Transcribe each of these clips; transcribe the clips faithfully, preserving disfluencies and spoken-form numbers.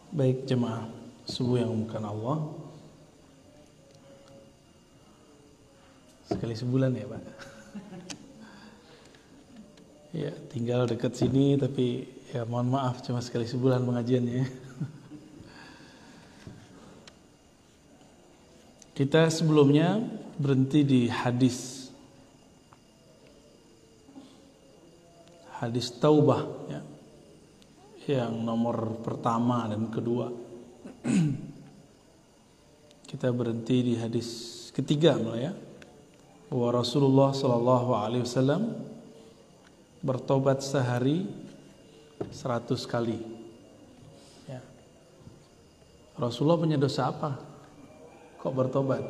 Baik jemaah subuh yang bukan Allah, sekali sebulan ya Pak. Ya tinggal dekat sini tapi ya mohon maaf cuma sekali sebulan pengajiannya. Kita sebelumnya berhenti di hadis hadis taubah ya, yang nomor pertama dan kedua. Kita berhenti di hadis ketiga malah ya, bahwa Rasulullah Shallallahu Alaihi Wasallam bertobat sehari seratus kali. Ya. Rasulullah punya dosa apa? Kok bertobat?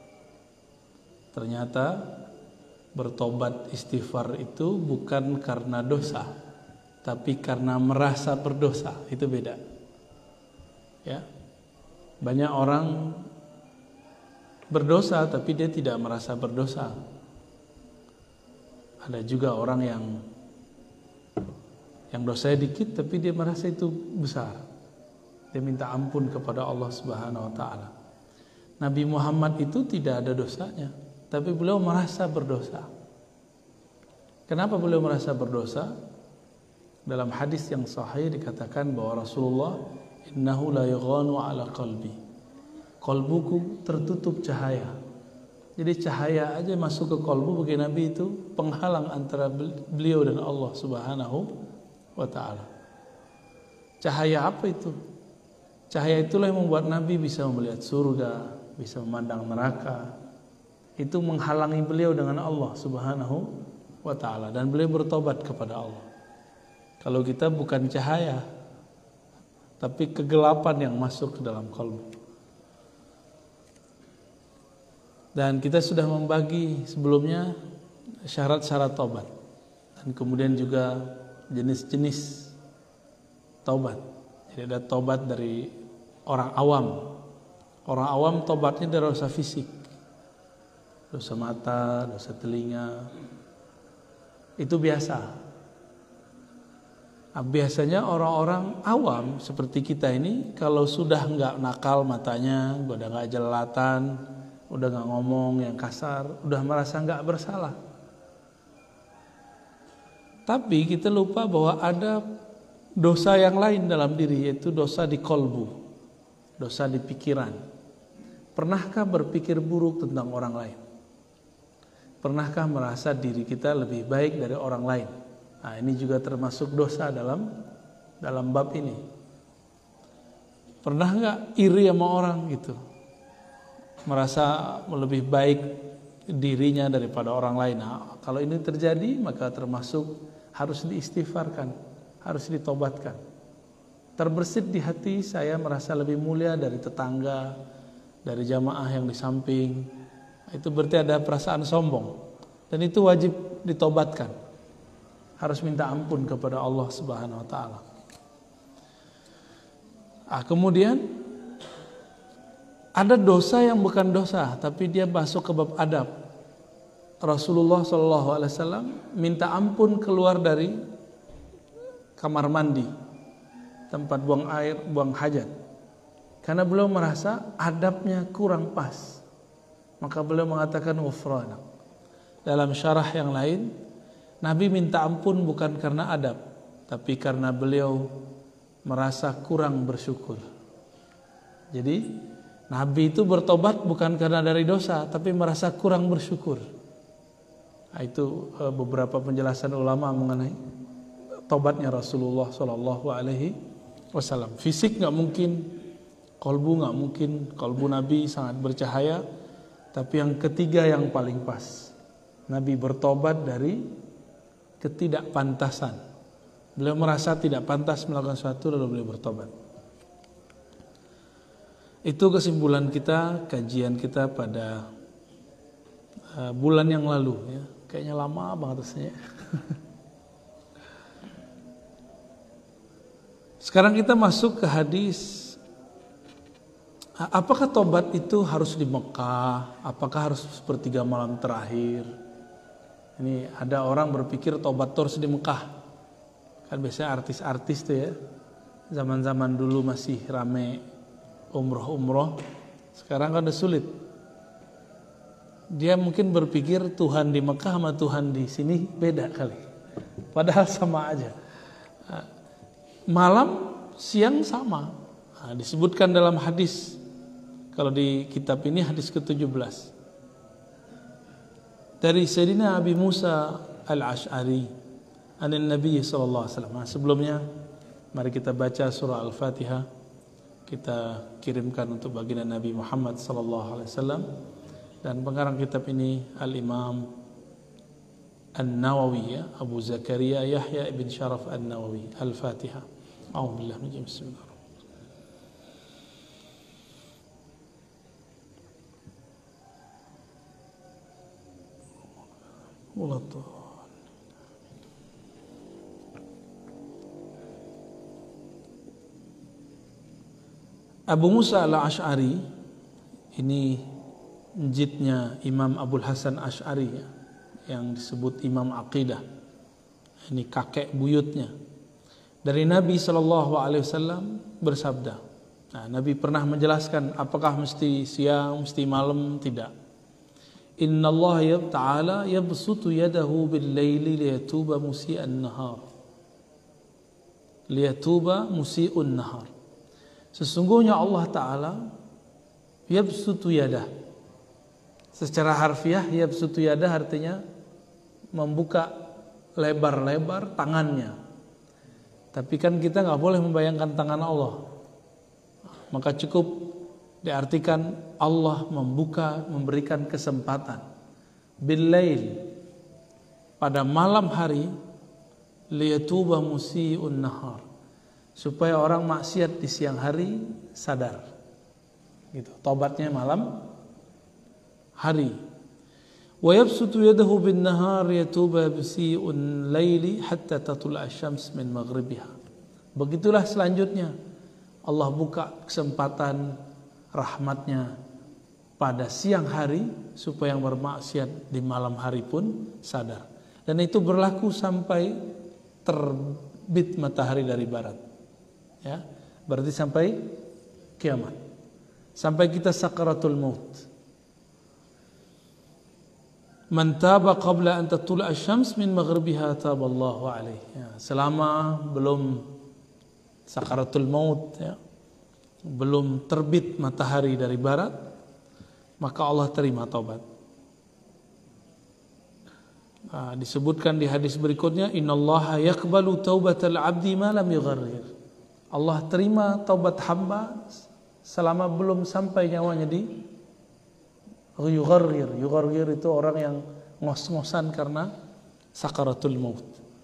Ternyata bertobat istighfar itu bukan karena dosa, tapi karena merasa berdosa. Itu beda. Ya. Banyak orang berdosa tapi dia tidak merasa berdosa. Ada juga orang yang yang dosanya dikit tapi dia merasa itu besar. Dia minta ampun kepada Allah Subhanahu wa taala. Nabi Muhammad itu tidak ada dosanya, tapi beliau merasa berdosa. Kenapa beliau merasa berdosa? Dalam hadis yang sahih dikatakan bahwa Rasulullah, innahu la yughanu ala qalbi. Qalbuku tertutup cahaya. Jadi cahaya aja masuk ke kalbu bagi Nabi itu penghalang antara beliau dan Allah Subhanahu wa taala. Cahaya apa itu? Cahaya itulah yang membuat Nabi bisa melihat surga, bisa memandang neraka. Itu menghalangi beliau dengan Allah Subhanahu wa taala dan beliau bertobat kepada Allah. Kalau kita bukan cahaya tapi kegelapan yang masuk ke dalam kalbu. Dan kita sudah membagi sebelumnya syarat-syarat taubat dan kemudian juga jenis-jenis taubat. Jadi ada taubat dari orang awam. Orang awam taubatnya dari dosa fisik, dosa mata, dosa telinga. Itu biasa. Nah, biasanya orang-orang awam seperti kita ini kalau sudah nggak nakal matanya, udah nggak jelalatan, udah nggak ngomong yang kasar, udah merasa nggak bersalah. Tapi kita lupa bahwa ada dosa yang lain dalam diri, yaitu dosa di kolbu, dosa di pikiran. Pernahkah berpikir buruk tentang orang lain? Pernahkah merasa diri kita lebih baik dari orang lain? Nah, ini juga termasuk dosa dalam dalam bab ini. Pernah nggak iri sama orang gitu? Merasa lebih baik dirinya daripada orang lain. Nah, kalau ini terjadi maka termasuk harus diistighfarkan, harus ditobatkan. Terbersit di hati saya merasa lebih mulia dari tetangga, dari jamaah yang di samping. Itu berarti ada perasaan sombong dan itu wajib ditobatkan. Harus minta ampun kepada Allah Subhanahu wa taala. Ah, kemudian ada dosa yang bukan dosa tapi dia masuk ke bab adab. Rasulullah shallallahu alaihi wasallam minta ampun keluar dari kamar mandi, tempat buang air, buang hajat, karena beliau merasa adabnya kurang pas. Maka beliau mengatakan ghufranak. Dalam syarah yang lain, Nabi minta ampun bukan karena adab, tapi karena beliau merasa kurang bersyukur. Jadi Nabi itu bertobat bukan karena dari dosa, tapi merasa kurang bersyukur. Nah, itu beberapa penjelasan ulama mengenai tobatnya Rasulullah Shallallahu Alaihi Wasallam. Fisik nggak mungkin, kolbu nggak mungkin, kolbu Nabi sangat bercahaya. Tapi yang ketiga yang paling pas, Nabi bertobat dari ketidakpantasan. Beliau merasa tidak pantas melakukan sesuatu lalu beliau bertobat. Itu kesimpulan kita, kajian kita pada uh, bulan yang lalu ya. Kayaknya lama banget rasanya. Sekarang kita masuk ke hadis. Apakah tobat itu harus di Mekah? Apakah harus sepertiga malam terakhir? Ini ada orang berpikir tobat harus di Mekah. Kan biasanya artis-artis tuh ya, zaman-zaman dulu masih rame umroh-umroh, sekarang kan udah sulit. Dia mungkin berpikir Tuhan di Mekah sama Tuhan di sini beda kali, padahal sama aja. Malam siang sama. Nah, disebutkan dalam hadis, kalau di kitab ini hadis ke tujuh belas dari Sayyidina Abi Musa Al-Ash'ari an Nabi sallallahu alaihi wasallam. Nah, sebelumnya mari kita baca surah Al-Fatihah, kita kirimkan untuk baginda Nabi Muhammad sallallahu alaihi wasallam. Dan pengarang kitab ini Al-Imam An-Nawawi, ya, Abu Zakaria Yahya ibn Sharaf An-Nawawi. Al-Fatihah. A'udzubillahi minasy syaitonir rajim. Bismillahirrahmanirrahim. Abu Musa Al-Ash'ari ini jidnya Imam Abul Hasan Ash'ari, ya, yang disebut Imam Aqidah. Ini kakek buyutnya. Dari Nabi sallallahu alaihi wasallam bersabda. Nah, Nabi pernah menjelaskan apakah mesti siang, mesti malam, tidak. Inna Allah ta'ala yabsutu yadahu bil-laili liyatuba musii'an nahar. Liyatuba musii'un nahar. Sesungguhnya Allah Ta'ala yabsutu yadah. Secara harfiah yabsutu yadah artinya membuka lebar-lebar tangannya. Tapi kan kita gak boleh membayangkan tangan Allah. Maka cukup diartikan Allah membuka, memberikan kesempatan bil-lail, pada malam hari, liyatuba musii'un nahar, supaya orang maksiat di siang hari sadar. Gitu. Taubatnya malam hari. Wa yabsutu yadahu bin nahar yatuba bisi'un laili hatta tatlu'a asy-syams min maghribiha. Begitulah selanjutnya Allah buka kesempatan rahmatnya pada siang hari supaya yang bermaksiat di malam hari pun sadar. Dan itu berlaku sampai terbit matahari dari barat. Ya, berarti sampai kiamat, sampai kita sakaratul maut. Man taba qabla an tatlu'a asy-syams min maghribiha taballahu alaihi. Ya, selama belum sakaratul maut, ya, belum terbit matahari dari barat, maka Allah terima taubat. Nah, disebutkan di hadis berikutnya, innallaha yaqbalu taubatal 'abdi ma lam yugharrir. Allah terima taubat hamba selama belum sampai nyawanya di yugharrir. Yugharrir itu orang yang ngos-ngosan karena sakaratul maut.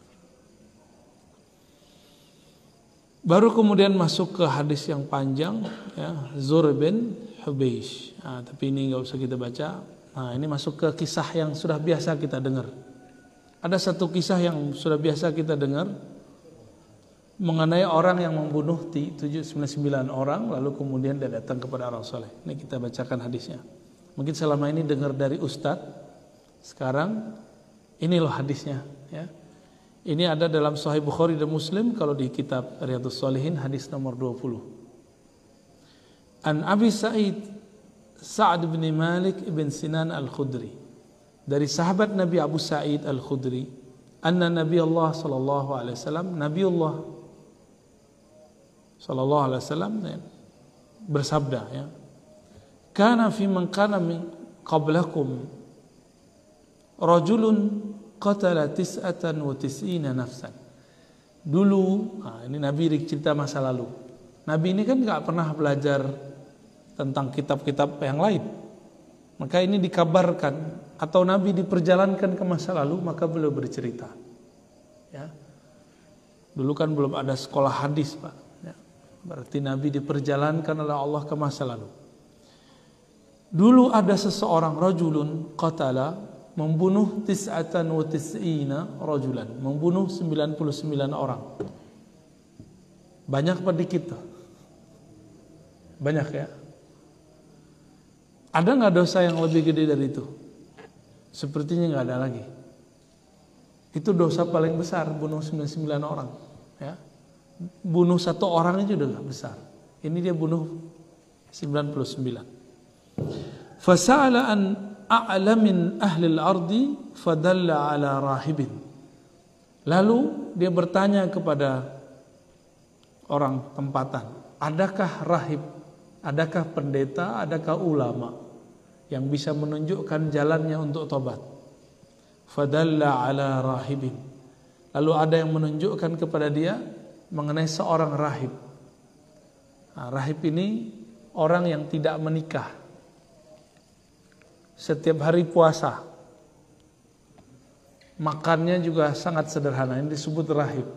Baru kemudian masuk ke hadis yang panjang, ya, Zur bin Hubeish. Nah, tapi ini nggak usah kita baca. Nah, ini masuk ke kisah yang sudah biasa kita dengar. Ada satu kisah yang sudah biasa kita dengar mengenai orang yang membunuh tujuh puluh sembilan orang, lalu kemudian dia datang kepada orang soleh. Ini kita bacakan hadisnya. Mungkin selama ini dengar dari ustadz, sekarang ini loh hadisnya, ya. Ini ada dalam Sahih Bukhari dan Muslim, kalau di kitab Riyadhus Shalihin hadis nomor dua puluh. An Abi Sa'id Sa'ad bin Malik bin Sinan Al-Khudri, dari sahabat Nabi Abu Sa'id Al-Khudri, anna Nabi Allah sallallahu alaihi wasallam, Nabi Allah sallallahu alaihi wasallam bersabda, ya, kana fi man kana min qablakum rajulun qatala tis'atan wa tis'ina nafsan. Dulu, nah ini Nabi cerita masa lalu. Nabi ini kan gak pernah belajar tentang kitab-kitab yang lain. Maka ini dikabarkan, atau Nabi diperjalankan ke masa lalu, maka beliau bercerita. Ya. Dulu kan belum ada sekolah hadis, Pak. Ya. Berarti Nabi diperjalankan oleh Allah ke masa lalu. Dulu ada seseorang, rajulun qatala, membunuh tis'atan wa tis'ina rajulan, membunuh sembilan puluh sembilan orang. Banyak apa dikit? Banyak, ya. Ada nggak dosa yang lebih gede dari itu? Sepertinya nggak ada lagi. Itu dosa paling besar, bunuh sembilan puluh sembilan orang, ya. bunuh satu orang aja udah gak besar. Ini dia bunuh sembilan puluh sembilan. Fasa'ala an a'lamin ahli al-ardi fadalla ala rahibin. Lalu dia bertanya kepada orang tempatan, adakah rahib, adakah pendeta, adakah ulama yang bisa menunjukkan jalannya untuk tobat? Fadalla ala rahibin. Lalu ada yang menunjukkan kepada dia mengenai seorang rahib. Nah, rahib ini orang yang tidak menikah, setiap hari puasa, makannya juga sangat sederhana. Ini disebut rahib.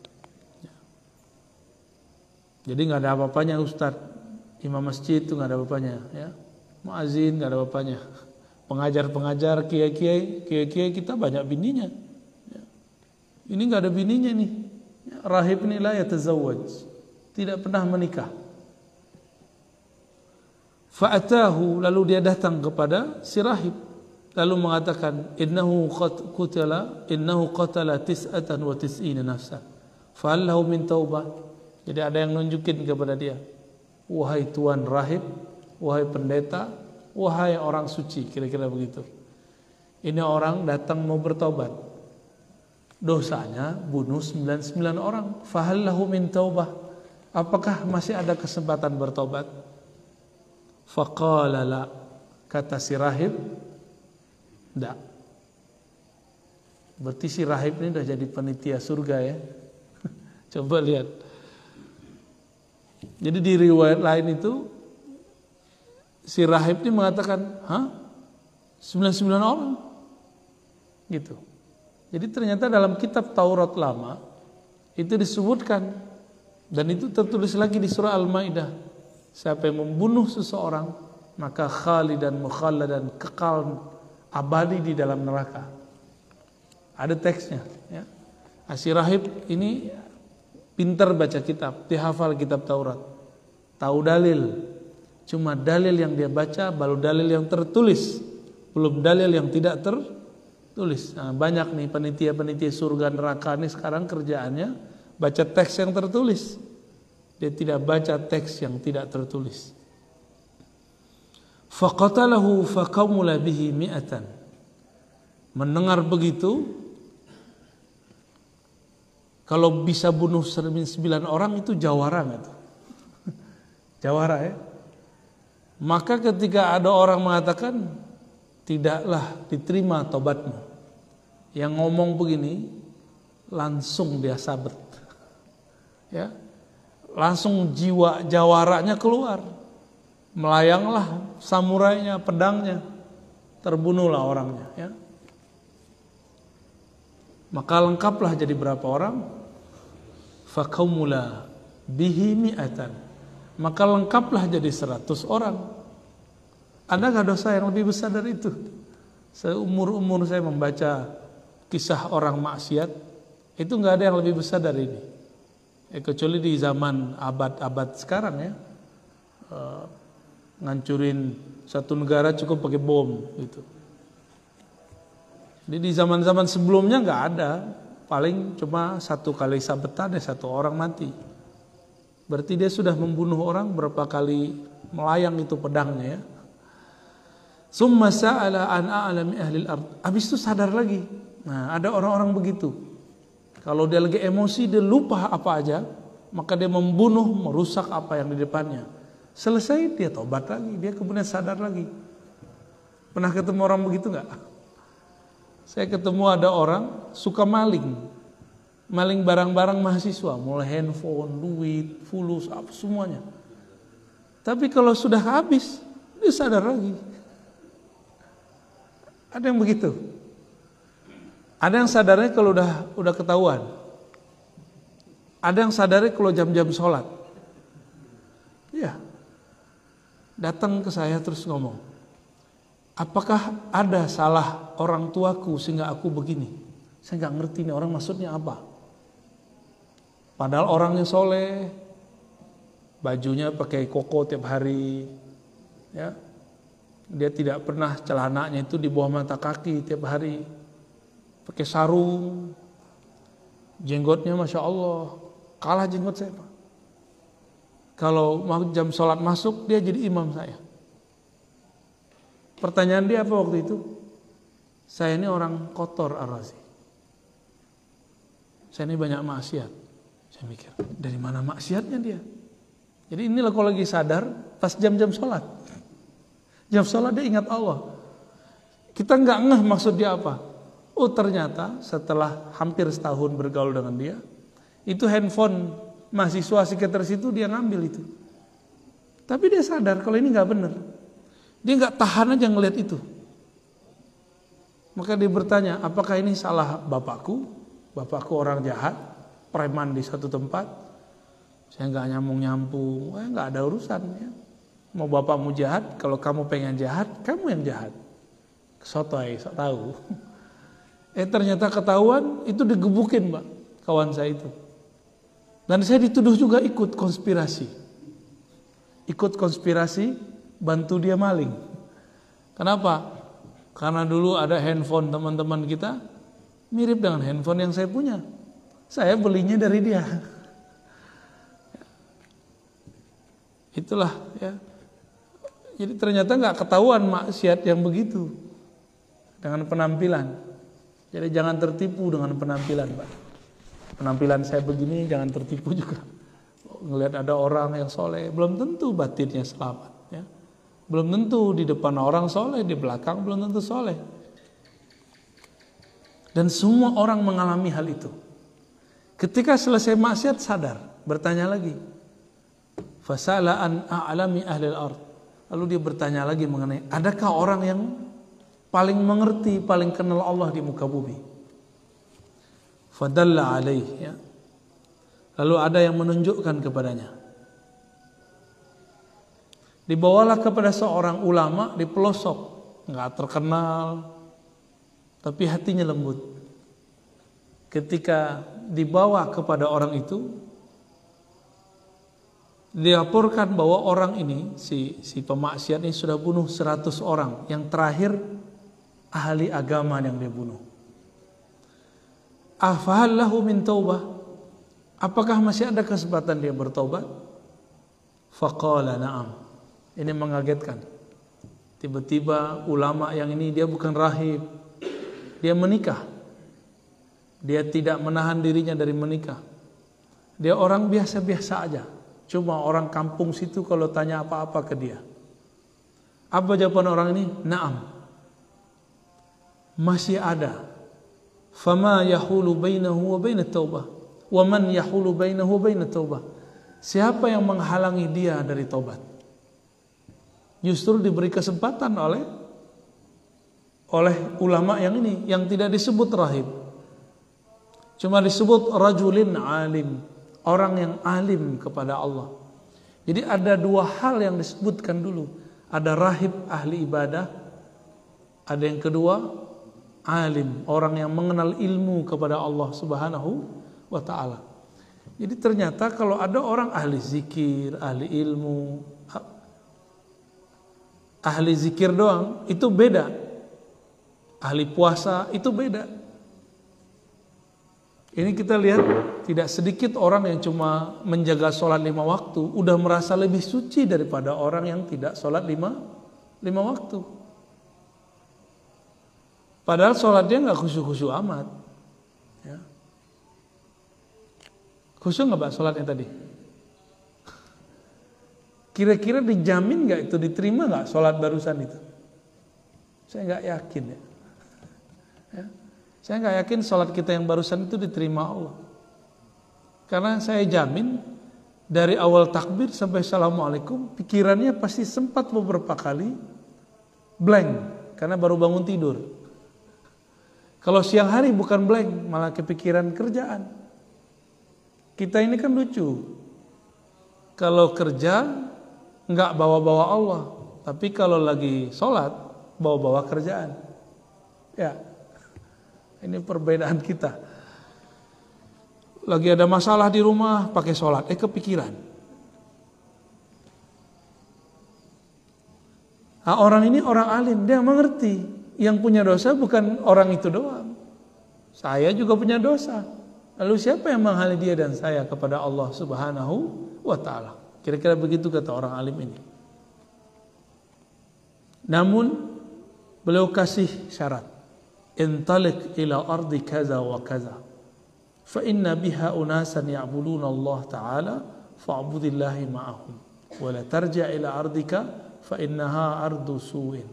Jadi nggak ada apa-apanya Ustadz, imam masjid itu nggak ada apa-apanya, ya. Muazin nggak ada apa-apanya, pengajar-pengajar, kiai-kiai, kiai-kiai kita banyak bininya. Ya. Ini nggak ada bininya nih. Ya, rahib ini la yatazawwaj, tidak pernah menikah. Fa'atahu, lalu dia datang kepada si rahib, lalu mengatakan, innahu qatala innahu qatala tis'atan wa tis'ina nafsan fa hal lahu min taubah. Jadi ada yang nunjukin kepada dia, wahai tuan rahib, wahai pendeta, wahai orang suci, kira-kira begitu. Ini orang datang mau bertobat, dosanya bunuh sembilan puluh sembilan orang. Fa hal lahu min taubah, apakah masih ada kesempatan bertobat? Faqala la, kata si rahib, enggak. Berarti si rahib ini udah jadi panitia surga ya. Coba lihat. Jadi di riwayat lain itu si rahib ini mengatakan, hah? sembilan puluh sembilan orang? Gitu. Jadi ternyata dalam kitab Taurat lama itu disebutkan, dan itu tertulis lagi di surah Al-Maidah, siapa yang membunuh seseorang maka khalidan mukhalladan, kekal abadi di dalam neraka. Ada teksnya, ya. Si rahib ini pintar baca kitab, dihafal kitab Taurat, tahu dalil. Cuma dalil yang dia baca baru dalil yang tertulis, belum dalil yang tidak tertulis. Nah, banyak nih panitia-panitia surga neraka ini sekarang kerjaannya baca teks yang tertulis. Dia tidak baca teks yang tidak tertulis. Faqatalahu faqamula bihi mi'atan. Mendengar begitu, kalau bisa bunuh sembilan orang itu jawara gitu. Jawara ya. Maka ketika ada orang mengatakan, tidaklah diterima tobatmu, yang ngomong begini langsung dia sabet, ya, langsung jiwa jawaranya keluar, melayanglah samurainya, pedangnya, terbunuhlah orangnya, ya. Maka lengkaplah jadi berapa orang? Faqaumula bihi mi'atan. Maka lengkaplah jadi seratus orang. Ada nggak dosa yang lebih besar dari itu? Seumur-umur saya membaca kisah orang maksiat, itu nggak ada yang lebih besar dari ini. Eh, kecuali di zaman abad-abad sekarang ya, e, ngancurin satu negara cukup pakai bom gitu. Jadi di zaman-zaman sebelumnya nggak ada, paling cuma satu kali sabetan ya satu orang mati. Berarti dia sudah membunuh orang berapa kali melayang itu pedangnya ya. Summa sa'ala an a'lami ahli al-ard. Habis itu sadar lagi. Nah, ada orang-orang begitu. Kalau dia lagi emosi, dia lupa apa aja, maka dia membunuh, merusak apa yang di depannya. Selesai, dia tobat lagi, dia kemudian sadar lagi. Pernah ketemu orang begitu nggak? Saya ketemu ada orang suka maling, maling barang-barang mahasiswa, mulai handphone, duit, fulus, apa semuanya. Tapi kalau sudah habis, dia sadar lagi. Ada yang begitu. Ada yang sadarnya kalau udah udah ketahuan. Ada yang sadarnya kalau jam-jam sholat. Ya, datang ke saya terus ngomong, apakah ada salah orang tuaku sehingga aku begini? Saya nggak ngerti nih orang maksudnya apa. Padahal orangnya soleh, bajunya pakai koko tiap hari, ya. Dia tidak pernah celananya itu di bawah mata kaki tiap hari. Pakai sarung, jenggotnya masya Allah, kalah jenggot saya Pak. Kalau mau jam sholat masuk, dia jadi imam saya. Pertanyaan dia apa waktu itu? Saya ini orang kotor Ar-Razi. Saya ini banyak maksiat. Saya mikir, dari mana maksiatnya dia? Jadi inilah kalau lagi sadar, pas jam-jam sholat. Jam sholat dia ingat Allah. Kita nggak ngeh maksud dia apa. Oh ternyata setelah hampir setahun bergaul dengan dia, itu handphone mahasiswa sekitar situ dia ngambil itu. Tapi dia sadar kalau ini nggak benar. Dia nggak tahan aja ngelihat itu. Maka dia bertanya, apakah ini salah bapakku? Bapakku orang jahat, preman di satu tempat. Saya nggak nyambung-nyambung, eh, nggak ada urusan ya. Mau bapakmu jahat, kalau kamu pengen jahat, kamu yang jahat. Sotoy, sok tahu. Eh ternyata ketahuan, itu digebukin Mbak, kawan saya itu. Dan saya dituduh juga ikut konspirasi. Ikut konspirasi, bantu dia maling. Kenapa? Karena dulu ada handphone teman-teman kita, mirip dengan handphone yang saya punya. Saya belinya dari dia. Itulah ya. Jadi ternyata nggak ketahuan maksiat yang begitu dengan penampilan. Jadi jangan tertipu dengan penampilan, Pak. Penampilan saya begini jangan tertipu juga. Ngelihat ada orang yang soleh, belum tentu batinnya selamat. Ya. Belum tentu di depan orang soleh, di belakang belum tentu soleh. Dan semua orang mengalami hal itu. Ketika selesai maksiat sadar, bertanya lagi. Fasala an a'lami ahlil ard. Lalu dia bertanya lagi mengenai, adakah orang yang paling mengerti, paling kenal Allah di muka bumi? Fadalla alaih ya. Lalu ada yang menunjukkan kepadanya. Dibawalah kepada seorang ulama di pelosok, nggak terkenal, tapi hatinya lembut. Ketika dibawa kepada orang itu, dilaporkan bahwa orang ini, si, si pemaksiat ini sudah bunuh seratus orang. Yang terakhir ahli agama yang dia bunuh. Afahal lahu min taubah? Apakah masih ada kesempatan dia bertobat? Faqala na'am. Ini mengagetkan. Tiba-tiba ulama yang ini dia bukan rahib. Dia menikah. Dia tidak menahan dirinya dari menikah. Dia orang biasa-biasa aja. Cuma orang kampung situ kalau tanya apa-apa ke dia. Apa jawaban orang ini? Naam. Masih ada. Fama yahulu bainahu wa bainat taubah. Wa man yahulu bainahu wa bainat taubah. Siapa yang menghalangi dia dari tobat? Justru diberi kesempatan oleh oleh ulama yang ini, yang tidak disebut rahib. Cuma disebut rajulin alim. Orang yang alim kepada Allah. Jadi ada dua hal yang disebutkan dulu. Ada rahib ahli ibadah. Ada yang kedua alim, orang yang mengenal ilmu kepada Allah Subhanahu wa ta'ala. Jadi ternyata kalau ada orang ahli zikir, ahli ilmu, ahli zikir doang, itu beda. Ahli puasa itu beda. Ini kita lihat tidak sedikit orang yang cuma menjaga sholat lima waktu udah merasa lebih suci daripada orang yang tidak sholat lima, lima waktu. Padahal sholatnya nggak khusyuk-khusyuk amat. Ya. Khusyuk nggak Pak sholatnya tadi? Kira-kira dijamin nggak itu, diterima nggak sholat barusan itu? Saya nggak yakin ya. Ya. Saya nggak yakin sholat kita yang barusan itu diterima Allah. Karena saya jamin dari awal takbir sampai assalamualaikum, pikirannya pasti sempat beberapa kali blank karena baru bangun tidur. Kalau siang hari bukan blank, malah kepikiran kerjaan. Kita ini kan lucu. Kalau kerja nggak bawa-bawa Allah, tapi kalau lagi sholat bawa-bawa kerjaan. Ya. Ini perbedaan kita. Lagi ada masalah di rumah, pakai sholat. Eh kepikiran. Nah, orang ini orang alim, dia mengerti. Yang punya dosa bukan orang itu doang. Saya juga punya dosa. Lalu siapa yang menghalangi dia dan saya kepada Allah Subhanahu wa taala? Kira-kira begitu kata orang alim ini. Namun beliau kasih syarat. Intalik ila ardi kaza wa kaza. Fa inna biha unasan ya'buduna Allah taala fa'budillahi ma'ahum. Wa la tarji' ila ardika fa innaha ardu su'in.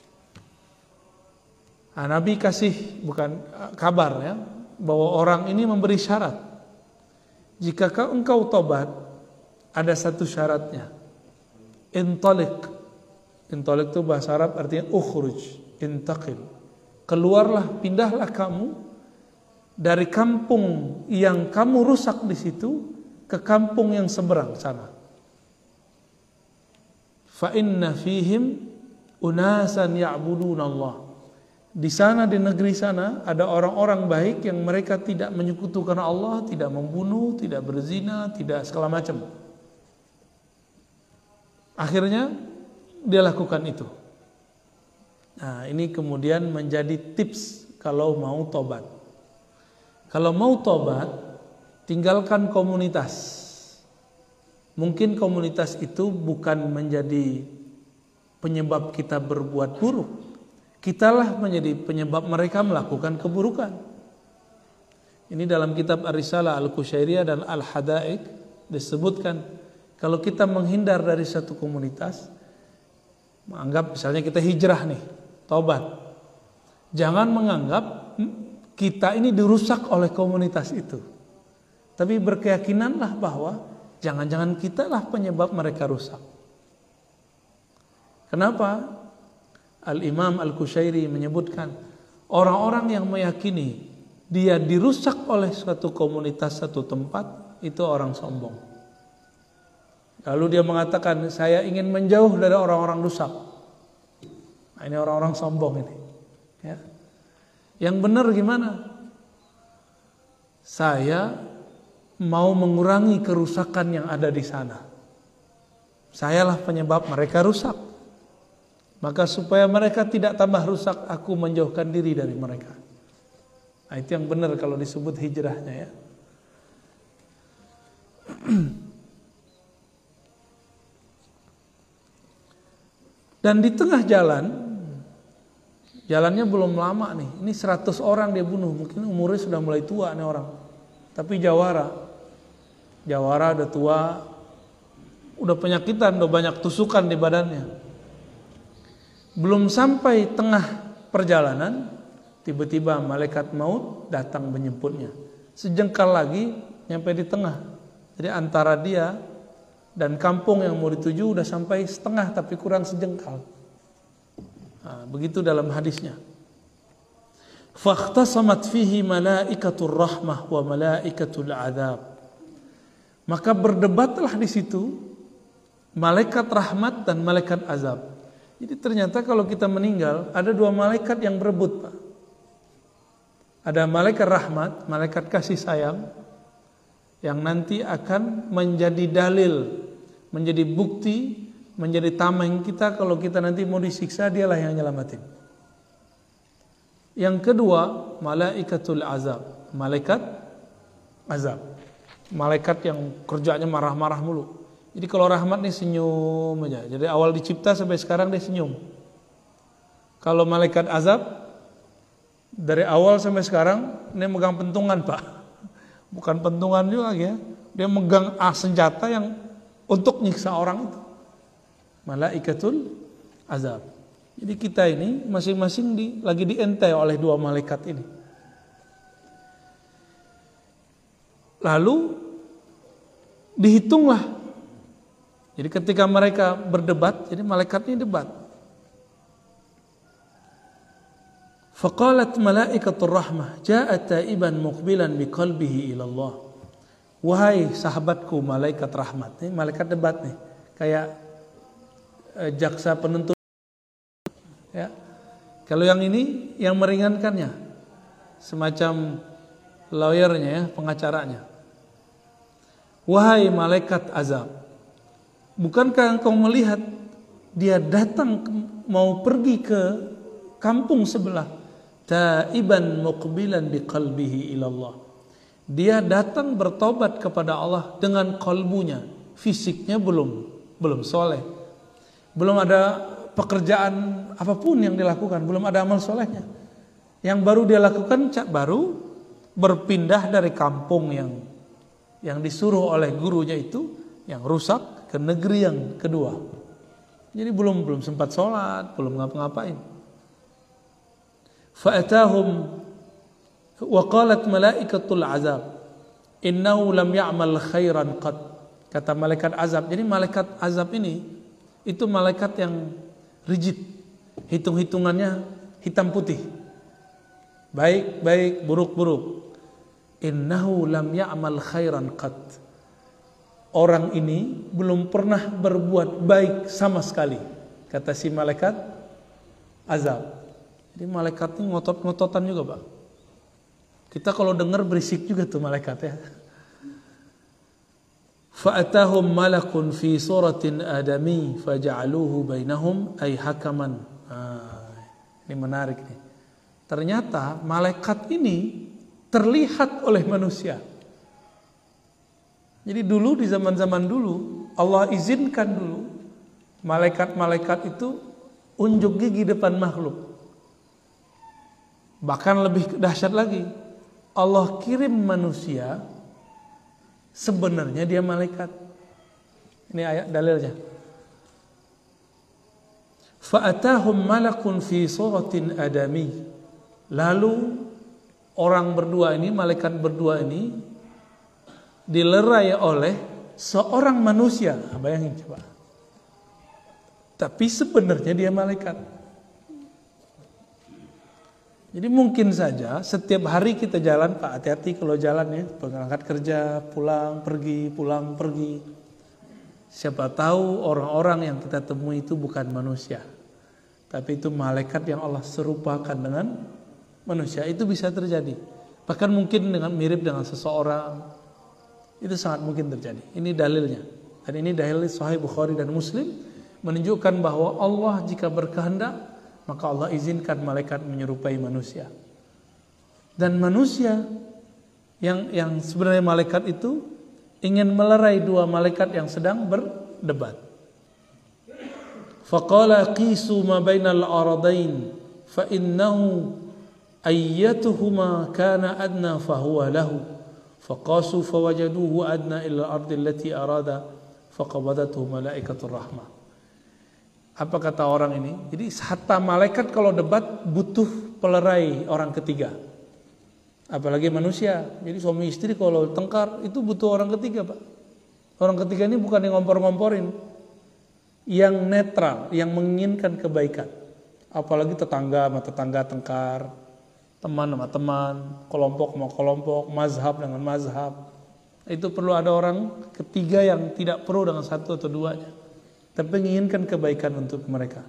Nah, Nabi kasih bukan kabar ya, bahwa orang ini memberi syarat. Jika engkau tobat, ada satu syaratnya. Intalik. Intalik itu bahasa Arab artinya ukhruj, intaqil. Keluarlah, pindahlah kamu dari kampung yang kamu rusak di situ ke kampung yang seberang sana. Fa inna fihim unasan ya'buduna Allah. Di sana, di negeri sana ada orang-orang baik yang mereka tidak menyekutukan Allah, tidak membunuh, tidak berzina, tidak segala macam. Akhirnya dia lakukan itu. Nah, ini kemudian menjadi tips kalau mau tobat. Kalau mau tobat, tinggalkan komunitas. Mungkin komunitas itu bukan menjadi penyebab kita berbuat buruk. Kitalah menjadi penyebab mereka melakukan keburukan. Ini dalam kitab Ar-Risalah Al-Qushairiyah dan Al-Hadaik disebutkan, kalau kita menghindar dari satu komunitas, menganggap misalnya kita hijrah nih, tobat. Jangan menganggap kita ini dirusak oleh komunitas itu. Tapi berkeyakinanlah bahwa jangan-jangan kitalah penyebab mereka rusak. Kenapa? Al-Imam Al-Qushairi menyebutkan, orang-orang yang meyakini dia dirusak oleh suatu komunitas, satu tempat, itu orang sombong. Lalu dia mengatakan, saya ingin menjauh dari orang-orang rusak. Nah, ini orang-orang sombong ini. Ya. Yang benar gimana? Saya mau mengurangi kerusakan yang ada di sana. Sayalah penyebab mereka rusak. Maka supaya mereka tidak tambah rusak, aku menjauhkan diri dari mereka. Nah, itu yang benar kalau disebut hijrahnya ya. Dan di tengah jalan, jalannya belum lama nih, ini seratus orang dia bunuh, mungkin umurnya sudah mulai tua nih orang. Tapi jawara, jawara udah tua, udah penyakitan, udah banyak tusukan di badannya. Belum sampai tengah perjalanan, tiba-tiba malaikat maut datang menjemputnya. Sejengkal lagi nyampe di tengah. Jadi antara dia dan kampung yang mau dituju udah sampai setengah tapi kurang sejengkal. Nah, begitu dalam hadisnya. Fakhtasamat fihi malaikatur rahmah wa malaikatul adzab. Maka berdebatlah di situ malaikat rahmat dan malaikat azab. Jadi ternyata kalau kita meninggal ada dua malaikat yang berebut, Pak. Ada malaikat rahmat, malaikat kasih sayang, yang nanti akan menjadi dalil, menjadi bukti, menjadi tameng kita kalau kita nanti mau disiksa, dialah yang nyelamatin. Yang kedua, malaikatul azab, malaikat azab, malaikat yang kerjanya marah-marah mulu. Jadi kalau rahmat nih senyum aja. Jadi awal dicipta sampai sekarang dia senyum. Kalau malaikat azab dari awal sampai sekarang dia megang pentungan, Pak. Bukan pentungan juga ya. Dia megang ah, senjata yang untuk nyiksa orang itu. Malaikatul azab. Jadi kita ini masing-masing di, lagi dientai oleh dua malaikat ini. Lalu dihitunglah. Jadi ketika mereka berdebat, jadi malaikat ini debat. Faqalat malaikatur rahmah, ja'a taiban muqbilan biqalbihi ila Allah. Wahai sahabatku malaikat rahmat, ini malaikat debat nih, kayak eh, jaksa penuntut. Ya. Kalau yang ini yang meringankannya, semacam lawyernya ya, pengacaranya. Wahai malaikat azab, bukankah engkau melihat dia datang mau pergi ke kampung sebelah, taiban muqbilan biqalbihi ila Allah. Dia datang bertobat kepada Allah dengan kalbunya, fisiknya belum belum soleh, belum ada pekerjaan apapun yang dilakukan, belum ada amal solehnya. Yang baru dia lakukan baru berpindah dari kampung yang yang disuruh oleh gurunya itu yang rusak ke negeri yang kedua. Jadi belum belum sempat sholat, belum ngapa-ngapain. Fa'atahum wa qalat malaikatul azab innahu lam ya'mal khairan qad. Kata malaikat azab. Jadi malaikat azab ini itu malaikat yang rigid, hitung-hitungannya hitam putih, baik baik, buruk buruk. Innahu lam ya'mal khairan qad. Orang ini belum pernah berbuat baik sama sekali, kata si malaikat azab. Jadi malaikat ini ngotot-ngototan juga, Pak. Kita kalau dengar berisik juga tuh malaikat ya. Fa'atahum malakun fi suratin adami faja'aluhu bainahum ay hakaman. Ah, ini menarik nih. Ternyata malaikat ini terlihat oleh manusia. Jadi dulu di zaman-zaman dulu Allah izinkan dulu malaikat-malaikat itu unjuk gigi depan makhluk. Bahkan lebih dahsyat lagi, Allah kirim manusia sebenarnya dia malaikat. Ini ayat dalilnya. Fa'atahum malakun fi suratin adami. Lalu orang berdua ini, malaikat berdua ini dilerai oleh seorang manusia. Nah, bayangin coba. Tapi sebenarnya dia malaikat. Jadi mungkin saja setiap hari kita jalan, Pak, hati-hati kalau jalan ya, berangkat kerja, pulang, pergi, pulang, pergi. Siapa tahu orang-orang yang kita temui itu bukan manusia, tapi itu malaikat yang Allah serupakan dengan manusia. Itu bisa terjadi. Bahkan mungkin dengan mirip dengan seseorang. Itu sangat mungkin terjadi. Ini dalilnya. Dan ini dalil Sahih Bukhari dan Muslim menunjukkan bahwa Allah jika berkehendak maka Allah izinkan malaikat menyerupai manusia. Dan manusia yang yang sebenarnya malaikat itu ingin melerai dua malaikat yang sedang berdebat. Faqala qisu ma bainal aradain fa innahu ayyatuhuma kana adna fa huwa lahu. Faqasu fawajaduhu adna ila al-ardi allati arada faqabadathu malaikatur rahmah. Apa kata orang ini? Jadi hatta malaikat kalau debat butuh pelerai orang ketiga. Apalagi manusia. Jadi suami istri kalau tengkar itu butuh orang ketiga, Pak. Orang ketiga ini bukan yang ngompor-ngomporin, yang netral, yang menginginkan kebaikan. Apalagi tetangga sama tetangga tengkar, teman sama teman, kelompok sama kelompok, mazhab dengan mazhab. Itu perlu ada orang ketiga yang tidak perlu dengan satu atau duanya, tapi menginginkan kebaikan untuk mereka.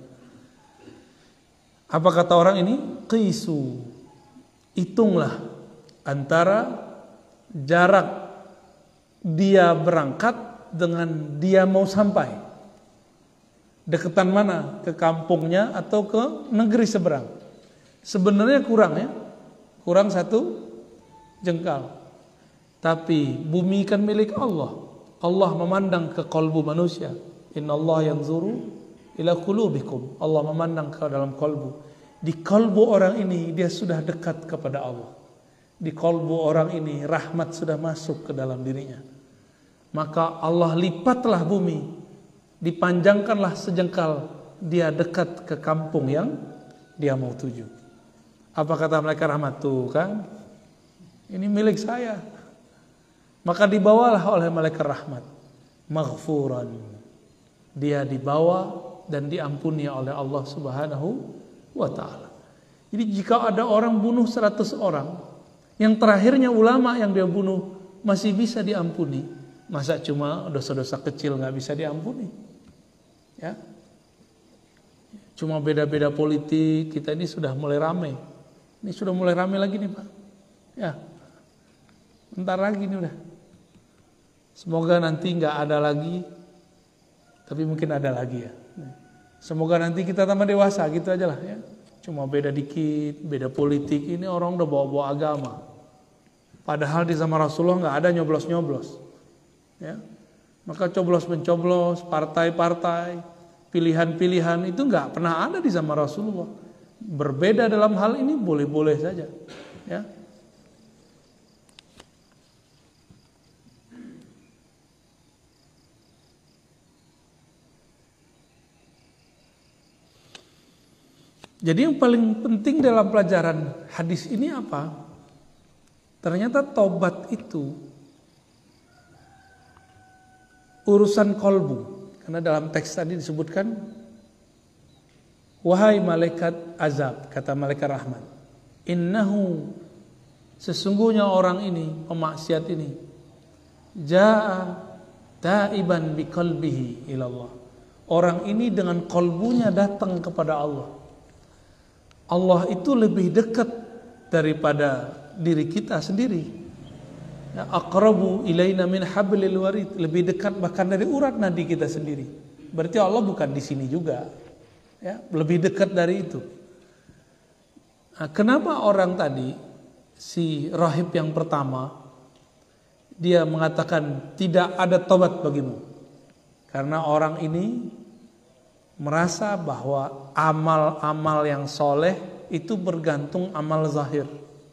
Apa kata orang ini? Qisu. Hitunglah antara jarak dia berangkat dengan dia mau sampai. Deketan mana? Ke kampungnya atau ke negeri seberang? Sebenarnya kurang ya. Kurang satu jengkal. Tapi bumi kan milik Allah. Allah memandang ke kalbu manusia. Innallaha yanzuru ila qulubikum. Allah memandang ke dalam kalbu. Di kalbu orang ini dia sudah dekat kepada Allah. Di kalbu orang ini rahmat sudah masuk ke dalam dirinya. Maka Allah lipatlah bumi, dipanjangkanlah sejengkal, dia dekat ke kampung yang dia mau tuju. Apa kata malaikat rahmat? Tuh kan, ini milik saya. Maka dibawalah oleh malaikat rahmat, maghfuran. Dia dibawa dan diampuni oleh Allah Subhanahu wa ta'ala. Jadi jika ada orang bunuh seratus orang, yang terakhirnya ulama yang dia bunuh masih bisa diampuni, masa cuma dosa-dosa kecil nggak bisa diampuni? Ya, cuma beda-beda politik kita ini sudah mulai ramai. Ini sudah mulai ramai lagi nih Pak. Ya, bentar lagi nih udah. Semoga nanti nggak ada lagi, tapi mungkin ada lagi ya. Semoga nanti kita tambah dewasa gitu aja lah ya. Cuma beda dikit, beda politik. Ini orang udah bawa-bawa agama. Padahal di zaman Rasulullah nggak ada nyoblos-nyoblos. Ya. Maka coblos-mencoblos, partai-partai, pilihan-pilihan itu nggak pernah ada di zaman Rasulullah. Berbeda dalam hal ini boleh-boleh saja. Ya. Jadi yang paling penting dalam pelajaran hadis ini apa? Ternyata taubat itu urusan kolbu. Karena dalam teks tadi disebutkan, wahai malaikat azab, kata malaikat rahmat, innahu, sesungguhnya orang ini, pemaksiat ini, jaa taiban biqalbihi ilallah. Orang ini dengan kolbunya datang kepada Allah. Allah itu lebih dekat daripada diri kita sendiri. Ya, aqrabu ilaina min hablil warid, lebih dekat bahkan dari urat nadi kita sendiri. Berarti Allah bukan di sini juga. Ya, lebih dekat dari itu. Nah, kenapa orang tadi, si rahib yang pertama, dia mengatakan tidak ada tobat bagimu? Karena orang ini merasa bahwa amal-amal yang soleh itu bergantung amal zahir.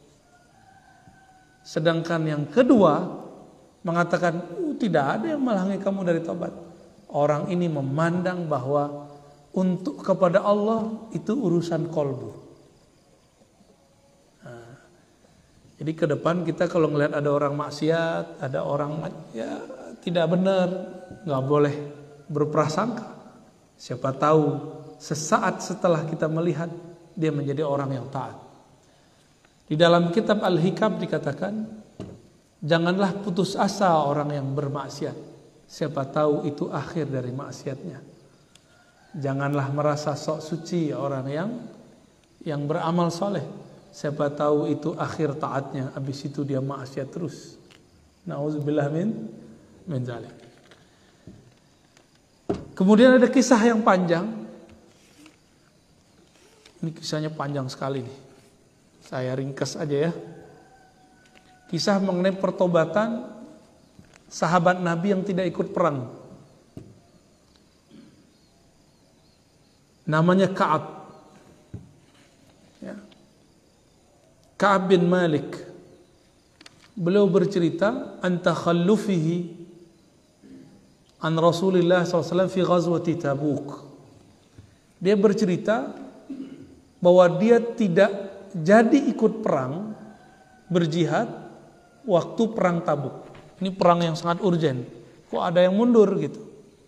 Sedangkan yang kedua mengatakan uh, tidak ada yang menghalangi kamu dari tobat. Orang ini memandang bahwa untuk kepada Allah itu urusan kolbu. Nah, jadi ke depan kita kalau ngelihat ada orang maksiat, ada orang ya tidak benar, nggak boleh berprasangka. Siapa tahu sesaat setelah kita melihat dia menjadi orang yang taat. Di dalam kitab Al-Hikam dikatakan, janganlah putus asa orang yang bermaksiat. Siapa tahu itu akhir dari maksiatnya. Janganlah merasa sok suci orang yang yang beramal soleh. Siapa tahu itu akhir taatnya. Habis itu dia maksiat terus. Nauzubillah min min dzalik. Kemudian ada kisah yang panjang. Ini kisahnya panjang sekali nih. Saya ringkas aja ya. Kisah mengenai pertobatan sahabat Nabi yang tidak ikut perang. Namanya Ka'ab. Ya. Ka'ab bin Malik. Beliau bercerita an takhallufihi an Rasulullah sallallahu alaihi wasallam fi ghazwati Tabuk. Dia bercerita bahwa dia tidak jadi ikut perang, berjihad waktu perang Tabuk. Ini perang yang sangat urgen. Kok ada yang mundur gitu.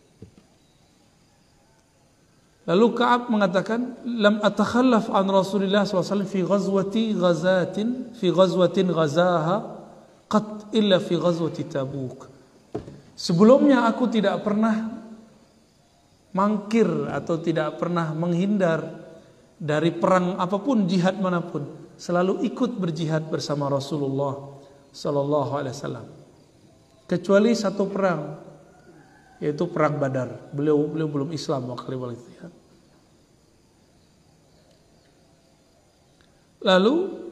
Lalu Ka'ab mengatakan, lam atakhallaf an Rasulullah sallallahu alaihi wasallam fi ghazwati ghazatin fi ghazwatin ghazaha qat illa fi ghazwati Tabuk. Sebelumnya aku tidak pernah mangkir atau tidak pernah menghindar dari perang apapun, jihad manapun. Selalu ikut berjihad bersama Rasulullah sallallahu alaihi wasallam. Kecuali satu perang, yaitu perang Badar. Beliau beliau belum Islam waktu itu ya. Lalu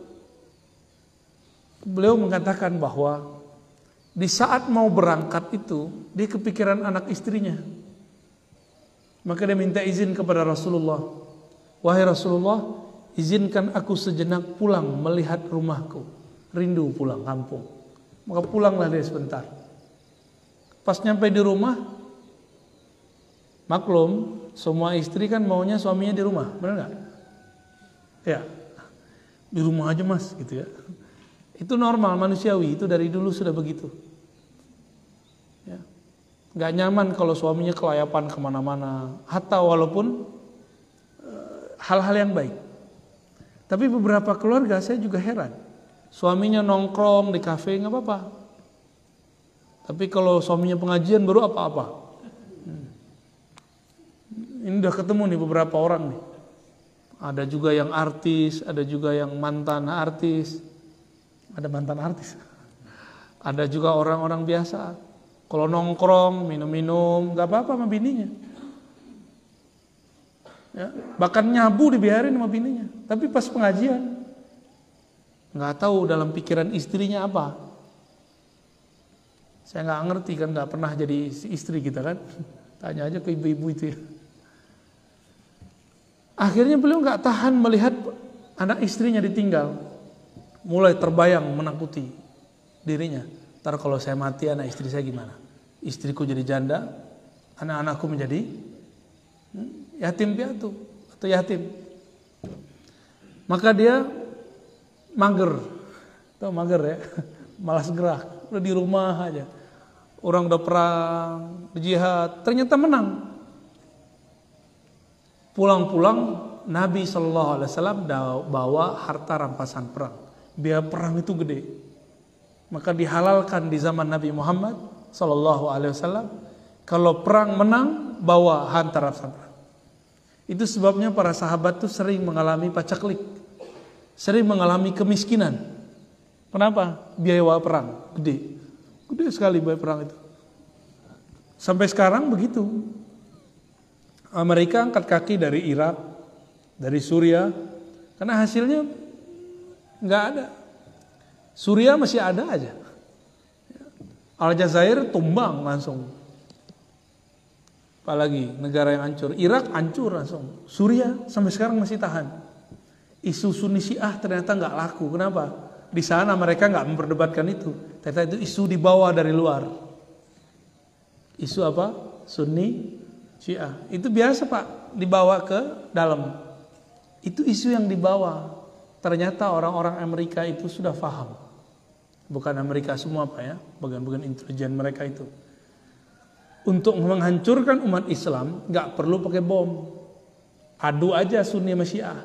beliau mengatakan bahwa di saat mau berangkat itu, dia kepikiran anak istrinya. Maka dia minta izin kepada Rasulullah. Wahai Rasulullah, izinkan aku sejenak pulang melihat rumahku. Rindu pulang kampung. Maka pulanglah dia sebentar. Pas nyampe di rumah, maklum, semua istri kan maunya suaminya di rumah, benar nggak? Ya, di rumah aja mas, gitu ya. Itu normal, manusiawi, itu dari dulu sudah begitu. Ya. Gak nyaman kalau suaminya kelayapan kemana-mana, hatta walaupun hal-hal yang baik. Tapi beberapa keluarga saya juga heran, suaminya nongkrong di kafe nggak apa-apa, tapi kalau suaminya pengajian baru apa-apa. hmm. Ini udah ketemu nih beberapa orang nih. Ada juga yang artis, ada juga yang mantan artis, ada mantan artis, ada juga orang-orang biasa. Kalau nongkrong minum-minum nggak apa-apa sama bininya. Ya, bahkan nyabu dibiarin sama bininya. Tapi pas pengajian nggak tahu dalam pikiran istrinya apa. Saya nggak ngerti kan, nggak pernah jadi istri kita kan. Tanya aja ke ibu-ibu itu ya. Akhirnya beliau nggak tahan melihat anak istrinya ditinggal. Mulai terbayang menakuti dirinya. Ntar kalau saya mati anak istri saya gimana? Istriku jadi janda, anak-anakku menjadi yatim piatu atau yatim. Maka dia mager. Tahu mager ya? Malas gerak. Udah di rumah aja. Orang udah perang, jihad, ternyata menang. Pulang-pulang Nabi shallallahu alaihi wasallam bawa harta rampasan perang. Biaya perang itu gede. Maka dihalalkan di zaman Nabi Muhammad shallallahu alaihi wasallam kalau perang menang bawa harta rampasan perang. Itu sebabnya para sahabat tuh sering mengalami pacaklik, sering mengalami kemiskinan. Kenapa? Biaya perang gede. Gede sekali biaya perang itu. Sampai sekarang begitu. Amerika angkat kaki dari Irak, dari Suriah, karena hasilnya nggak ada. Suriah masih ada aja. Aljazair tumbang langsung. Apalagi negara yang hancur. Irak hancur langsung. Suriah sampai sekarang masih tahan. Isu Sunni Syiah ternyata nggak laku. Kenapa? Di sana mereka nggak memperdebatkan itu. Ternyata itu isu dibawa dari luar. Isu apa? Sunni Syiah. Itu biasa Pak, dibawa ke dalam. Itu isu yang dibawa. Ternyata orang-orang Amerika itu sudah paham. Bukan Amerika semua Pak ya, bagian-bagian intelijen mereka itu. Untuk menghancurkan umat Islam nggak perlu pakai bom. Adu aja Sunni sama Syiah.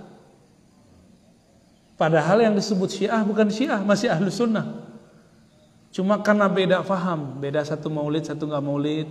Padahal yang disebut Syiah bukan Syiah, masih Ahlus Sunnah. Cuma karena beda faham, beda satu maulid, satu nggak maulid.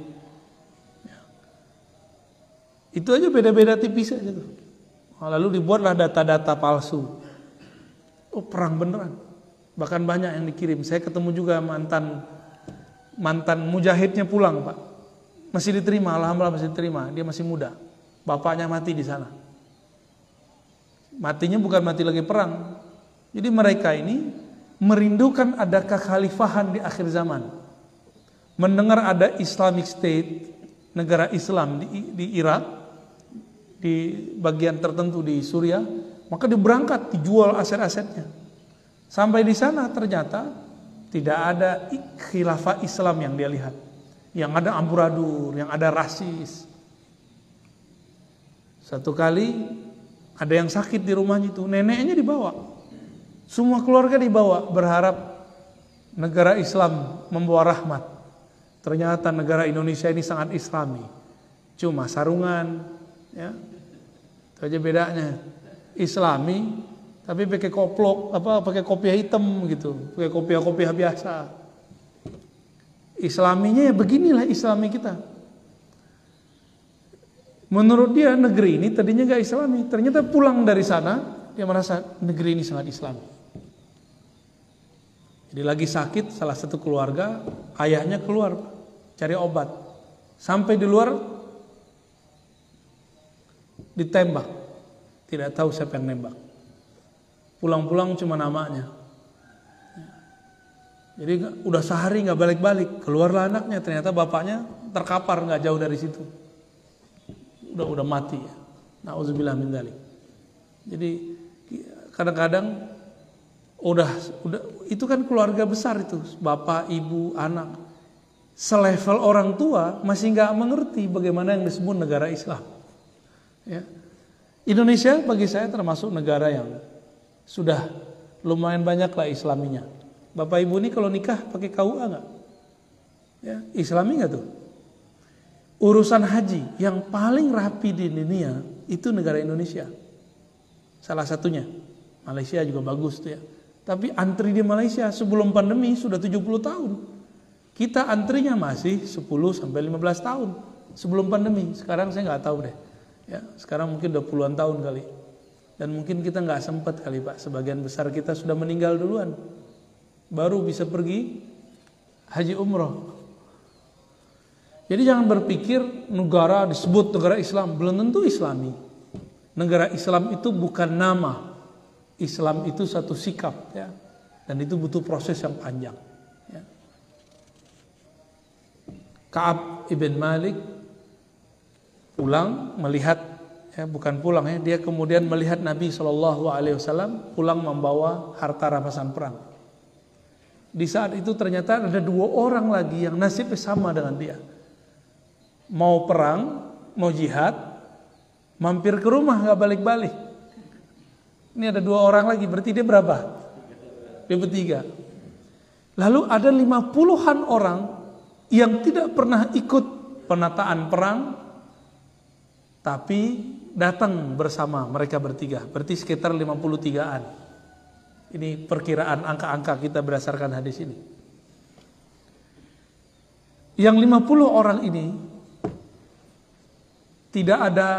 Itu aja beda-beda tipis aja tuh. Lalu dibuatlah data-data palsu. Oh perang beneran. Bahkan banyak yang dikirim. Saya ketemu juga mantan mantan mujahidnya pulang Pak. Masih diterima, alhamdulillah masih diterima. Dia masih muda. Bapaknya mati di sana. Matinya bukan mati lagi perang. Jadi mereka ini merindukan ada kekhalifahan di akhir zaman. Mendengar ada Islamic State, negara Islam di, di Irak, di bagian tertentu di Suriah, maka diberangkat, dijual aset-asetnya. Sampai di sana ternyata tidak ada khilafah Islam yang dia lihat. Yang ada amburadul, yang ada rasis. Satu kali ada yang sakit di rumahnya itu, neneknya dibawa. Semua keluarga dibawa, berharap negara Islam membawa rahmat. Ternyata negara Indonesia ini sangat Islami. Cuma sarungan, ya. Itu aja bedanya. Islami, tapi pakai koplok, apa pakai kopiah hitam gitu, pakai kopiah-kopiah biasa. Islaminya ya beginilah Islami kita. Menurut dia negeri ini tadinya gak Islami, ternyata pulang dari sana dia merasa negeri ini sangat Islami. Jadi lagi sakit salah satu keluarga, ayahnya keluar cari obat, sampai di luar ditembak, tidak tahu siapa yang nembak. Pulang-pulang cuma namanya. Jadi udah sehari nggak balik-balik, keluarlah anaknya, ternyata bapaknya terkapar nggak jauh dari situ. Udah udah mati ya. Nauzubillah min dzalik. Jadi kadang-kadang udah udah itu kan keluarga besar itu, bapak, ibu, anak. Selevel orang tua masih nggak mengerti bagaimana yang disebut negara Islam. Ya. Indonesia bagi saya termasuk negara yang sudah lumayan banyak lah Islaminya. Bapak ibu ini kalau nikah pakai K U A nggak? Ya, Islami nggak tuh? Urusan haji yang paling rapi di dunia itu negara Indonesia. Salah satunya. Malaysia juga bagus tuh ya. Tapi antri di Malaysia sebelum pandemi sudah tujuh puluh tahun. Kita antrinya masih sepuluh sampai lima belas tahun sebelum pandemi. Sekarang saya nggak tahu deh. Ya, sekarang mungkin udah puluhan tahun kali. Dan mungkin kita nggak sempat kali Pak. Sebagian besar kita sudah meninggal duluan. Baru bisa pergi haji umroh. Jadi jangan berpikir negara disebut negara Islam, belum tentu Islami. Negara Islam itu bukan nama. Islam itu satu sikap ya. Dan itu butuh proses yang panjang ya. Ka'ab ibn Malik pulang melihat, ya bukan pulang ya, dia kemudian melihat Nabi shallallahu alaihi wasallam pulang membawa harta rampasan perang. Di saat itu ternyata ada dua orang lagi yang nasibnya sama dengan dia, mau perang, mau jihad, mampir ke rumah nggak balik-balik. Ini ada dua orang lagi, berarti dia berapa? Dia bertiga. Lalu ada lima puluhan orang yang tidak pernah ikut penataan perang, tapi datang bersama mereka bertiga. Berarti sekitar lima puluh tigaan. Ini perkiraan angka-angka kita berdasarkan hadis ini. Yang lima puluh orang ini tidak ada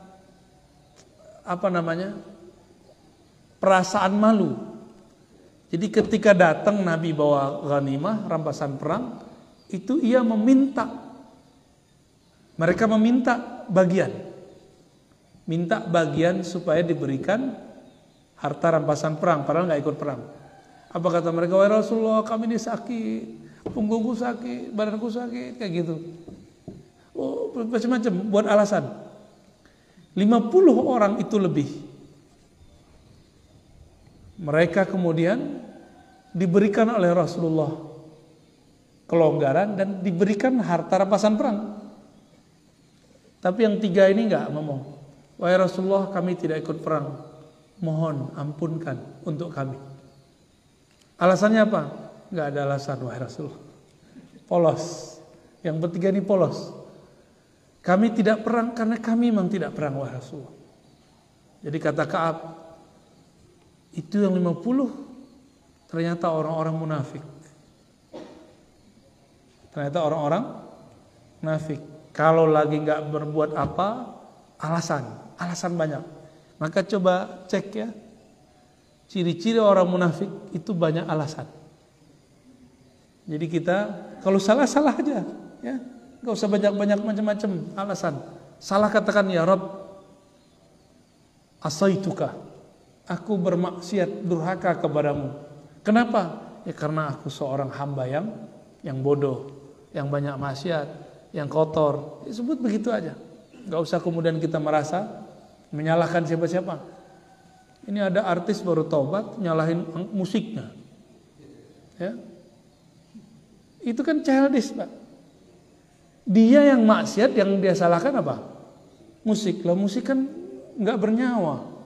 apa namanya perasaan malu. Jadi ketika datang Nabi bawa ghanimah, rampasan perang, itu ia meminta, mereka meminta bagian, minta bagian supaya diberikan harta rampasan perang, padahal nggak ikut perang. Apa kata mereka? Wahai Rasulullah, kami ini sakit, punggungku sakit, badanku sakit, kayak gitu. Oh, macam-macam buat alasan. lima puluh orang itu lebih. Mereka kemudian diberikan oleh Rasulullah kelonggaran dan diberikan harta rampasan perang. Tapi yang tiga ini enggak ngomong, wahai Rasulullah, kami tidak ikut perang, mohon ampunkan untuk kami. Alasannya apa? Enggak ada alasan, wahai Rasulullah. Polos. Yang bertiga ini polos. Kami tidak perang karena kami memang tidak perang, wahai Rasulullah. Jadi kata Ka'ab, itu yang lima puluh ternyata orang-orang munafik. Ternyata orang-orang munafik. Kalau lagi nggak berbuat apa, alasan, alasan banyak. Maka coba cek ya, ciri-ciri orang munafik itu banyak alasan. Jadi kita kalau salah salah aja, ya, nggak usah banyak-banyak macam-macam alasan. Salah katakan ya Rabb, asaituka, aku bermaksiat durhaka kepadamu. Kenapa? Ya karena aku seorang hamba yang yang bodoh, yang banyak maksiat, yang kotor. Disebut begitu aja. Gak usah kemudian kita merasa menyalahkan siapa-siapa. Ini ada artis baru taubat nyalahin musiknya. Ya. Itu kan childish, Pak. Dia yang maksiat, yang dia salahkan apa? Musik. Lah musik kan nggak bernyawa.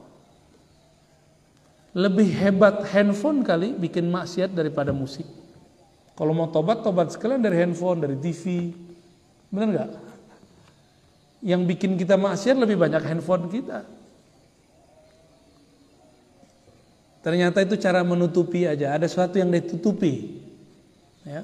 Lebih hebat handphone kali bikin maksiat daripada musik. Kalau mau tobat, tobat sekalian dari handphone, dari T V. Benar nggak? Yang bikin kita maksiat lebih banyak handphone kita. Ternyata itu cara menutupi aja. Ada sesuatu yang ditutupi. Ya.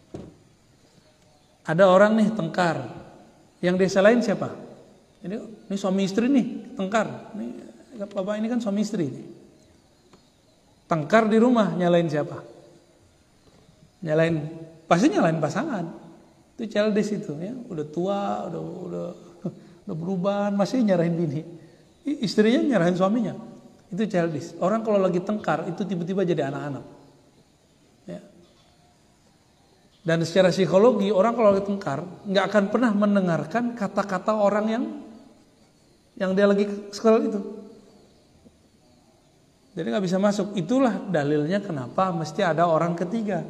Ada orang nih tengkar. Yang dia salahin siapa? Ini, ini suami istri nih tengkar. Ini, bapak ini kan suami istri nih. Tengkar di rumah, nyalain siapa? Nyalain, pasti nyalain pasangan. Itu childish itu ya, udah tua, udah udah udah berubah, masih nyarahin bini. Istrinya nyarahin suaminya. Itu childish. Orang kalau lagi tengkar itu tiba-tiba jadi anak-anak. Ya. Dan secara psikologi orang kalau lagi tengkar nggak akan pernah mendengarkan kata-kata orang yang yang dia lagi scroll itu. Jadi nggak bisa masuk. Itulah dalilnya kenapa mesti ada orang ketiga.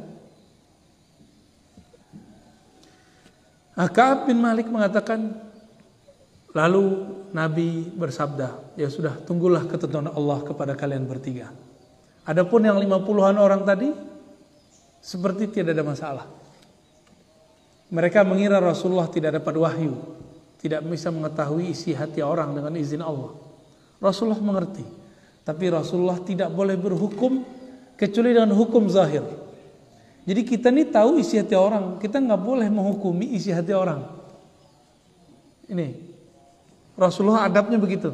Ka'ab bin Malik mengatakan, lalu Nabi bersabda, ya sudah, tunggulah ketentuan Allah kepada kalian bertiga. Adapun yang lima puluhan orang tadi, seperti tidak ada masalah. Mereka mengira Rasulullah tidak dapat wahyu, tidak bisa mengetahui isi hati orang dengan izin Allah. Rasulullah mengerti. Tapi Rasulullah tidak boleh berhukum kecuali dengan hukum zahir. Jadi kita ini tahu isi hati orang, kita nggak boleh menghukumi isi hati orang. Ini Rasulullah adabnya begitu.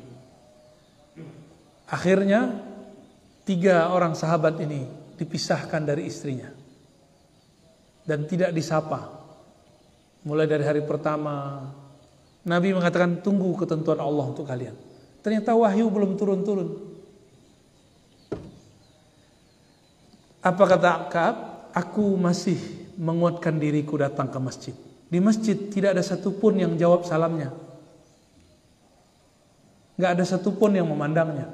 Akhirnya tiga orang sahabat ini dipisahkan dari istrinya dan tidak disapa. Mulai dari hari pertama Nabi mengatakan tunggu ketentuan Allah untuk kalian. Ternyata wahyu belum turun-turun. Apa kata Ka'ab? Aku masih menguatkan diriku datang ke masjid. Di masjid tidak ada satupun yang jawab salamnya. Gak ada satupun yang memandangnya.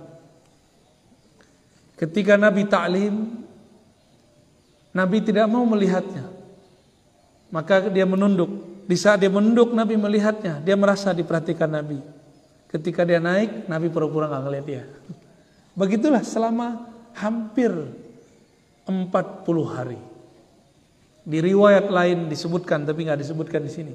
Ketika Nabi ta'lim, Nabi tidak mau melihatnya. Maka dia menunduk. Di saat dia menunduk, Nabi melihatnya. Dia merasa diperhatikan Nabi. Ketika dia naik, Nabi pura-pura gak ngeliat dia. Begitulah selama hampir empat puluh hari. Di riwayat lain disebutkan, tapi gak disebutkan di sini.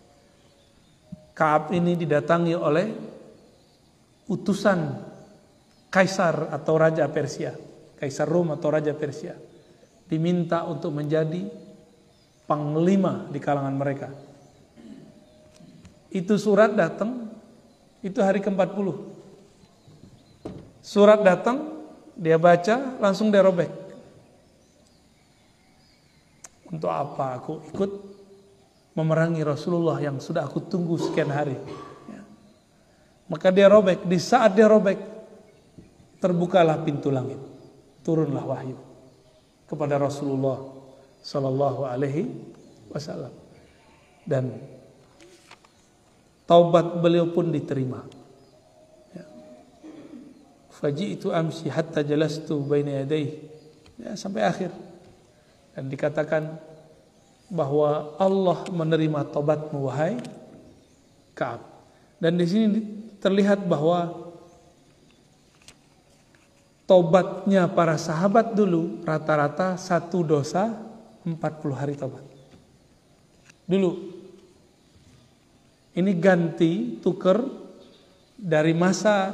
Ka'ab ini didatangi oleh utusan Kaisar atau Raja Persia. Kaisar Rom atau Raja Persia. Diminta untuk menjadi panglima di kalangan mereka. Itu surat datang, itu hari ke empat puluh. Surat datang, dia baca, langsung dia robek. Untuk apa aku ikut memerangi Rasulullah yang sudah aku tunggu sekian hari? Ya. Maka dia robek. Di saat dia robek, terbukalah pintu langit, turunlah wahyu kepada Rasulullah Sallallahu Alaihi Wasallam, dan taubat beliau pun diterima. Ya. Faji'tu amsi hatta jalastu baina yadayhi, ya, sampai akhir. Dan dikatakan bahwa Allah menerima taubatmu wahai Ka'ab. Dan di sini terlihat bahwa taubatnya para sahabat dulu rata-rata satu dosa empat puluh hari taubat. Dulu. Ini ganti, tuker dari masa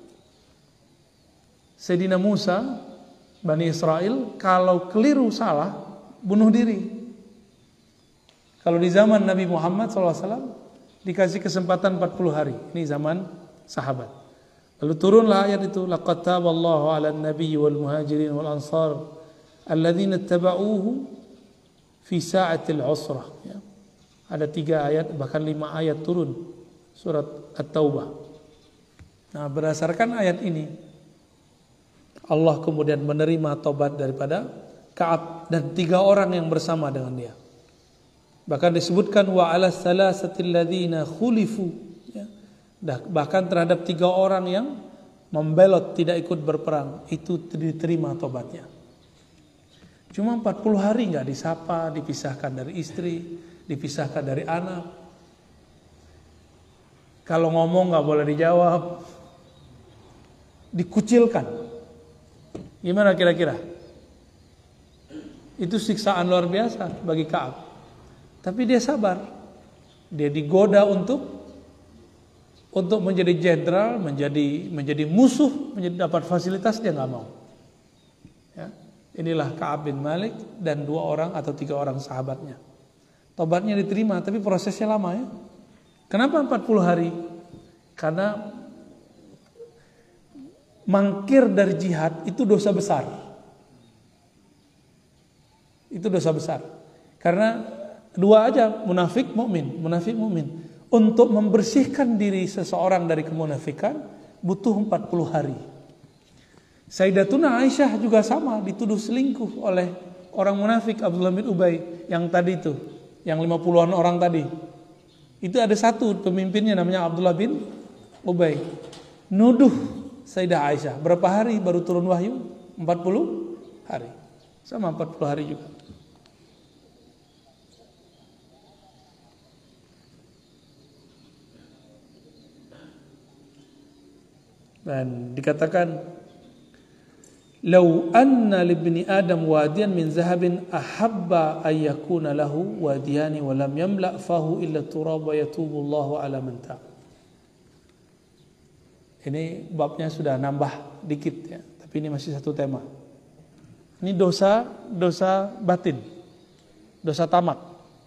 Sayyidina Musa, Bani Israel, kalau keliru salah, bunuh diri. Kalau di zaman Nabi Muhammad shallallahu alaihi wasallam dikasih kesempatan empat puluh hari. Ini zaman sahabat. Lalu turunlah ayat itu, laqad taballahu 'alan nabiyyi wal muhajirin wal ansar alladzina ittaba'uhu fi sa'atil 'usrah. Ya. Ada tiga ayat, bahkan lima ayat turun surat At-Taubah. Nah, berdasarkan ayat ini Allah kemudian menerima taubat daripada Ka'ab dan tiga orang yang bersama dengan dia. Bahkan disebutkan wa 'ala salasatil ladzina khulifu, ya. Bahkan terhadap tiga orang yang membelot tidak ikut berperang, itu diterima taubatnya. Cuma empat puluh hari enggak disapa, dipisahkan dari istri, dipisahkan dari anak. Kalau ngomong enggak boleh dijawab. Dikucilkan. Gimana kira-kira? Itu siksaan luar biasa bagi Ka'ab. Tapi dia sabar. Dia digoda untuk untuk menjadi jenderal, menjadi menjadi musuh, menjadi dapat fasilitas, dia nggak mau. Ya. Inilah Ka'ab bin Malik dan dua orang atau tiga orang sahabatnya. Tobatnya diterima, tapi prosesnya lama ya. Kenapa empat puluh hari? Karena mangkir dari jihad itu dosa besar. Itu dosa besar. Karena dua aja, munafik, mukmin, munafik, mukmin. Untuk membersihkan diri seseorang dari kemunafikan butuh empat puluh hari. Sayyidatuna Aisyah juga sama, dituduh selingkuh oleh orang munafik Abdullah bin Ubay yang tadi itu, yang lima puluhan orang tadi. Itu ada satu pemimpinnya namanya Abdullah bin Ubay. Nuduh Sayyidah Aisyah. Berapa hari baru turun wahyu? empat puluh hari. Sama empat puluh hari juga. Dan dikatakan, "Lau anna libni Adam wadiyan min zahabin ahabba ay yakuna lahu wadiyani wa lam yamla fahu illa turab wa yatubu Allahu ala man ta'a." Ini babnya sudah nambah dikit ya, tapi ini masih satu tema. Ini dosa dosa batin, dosa tamak.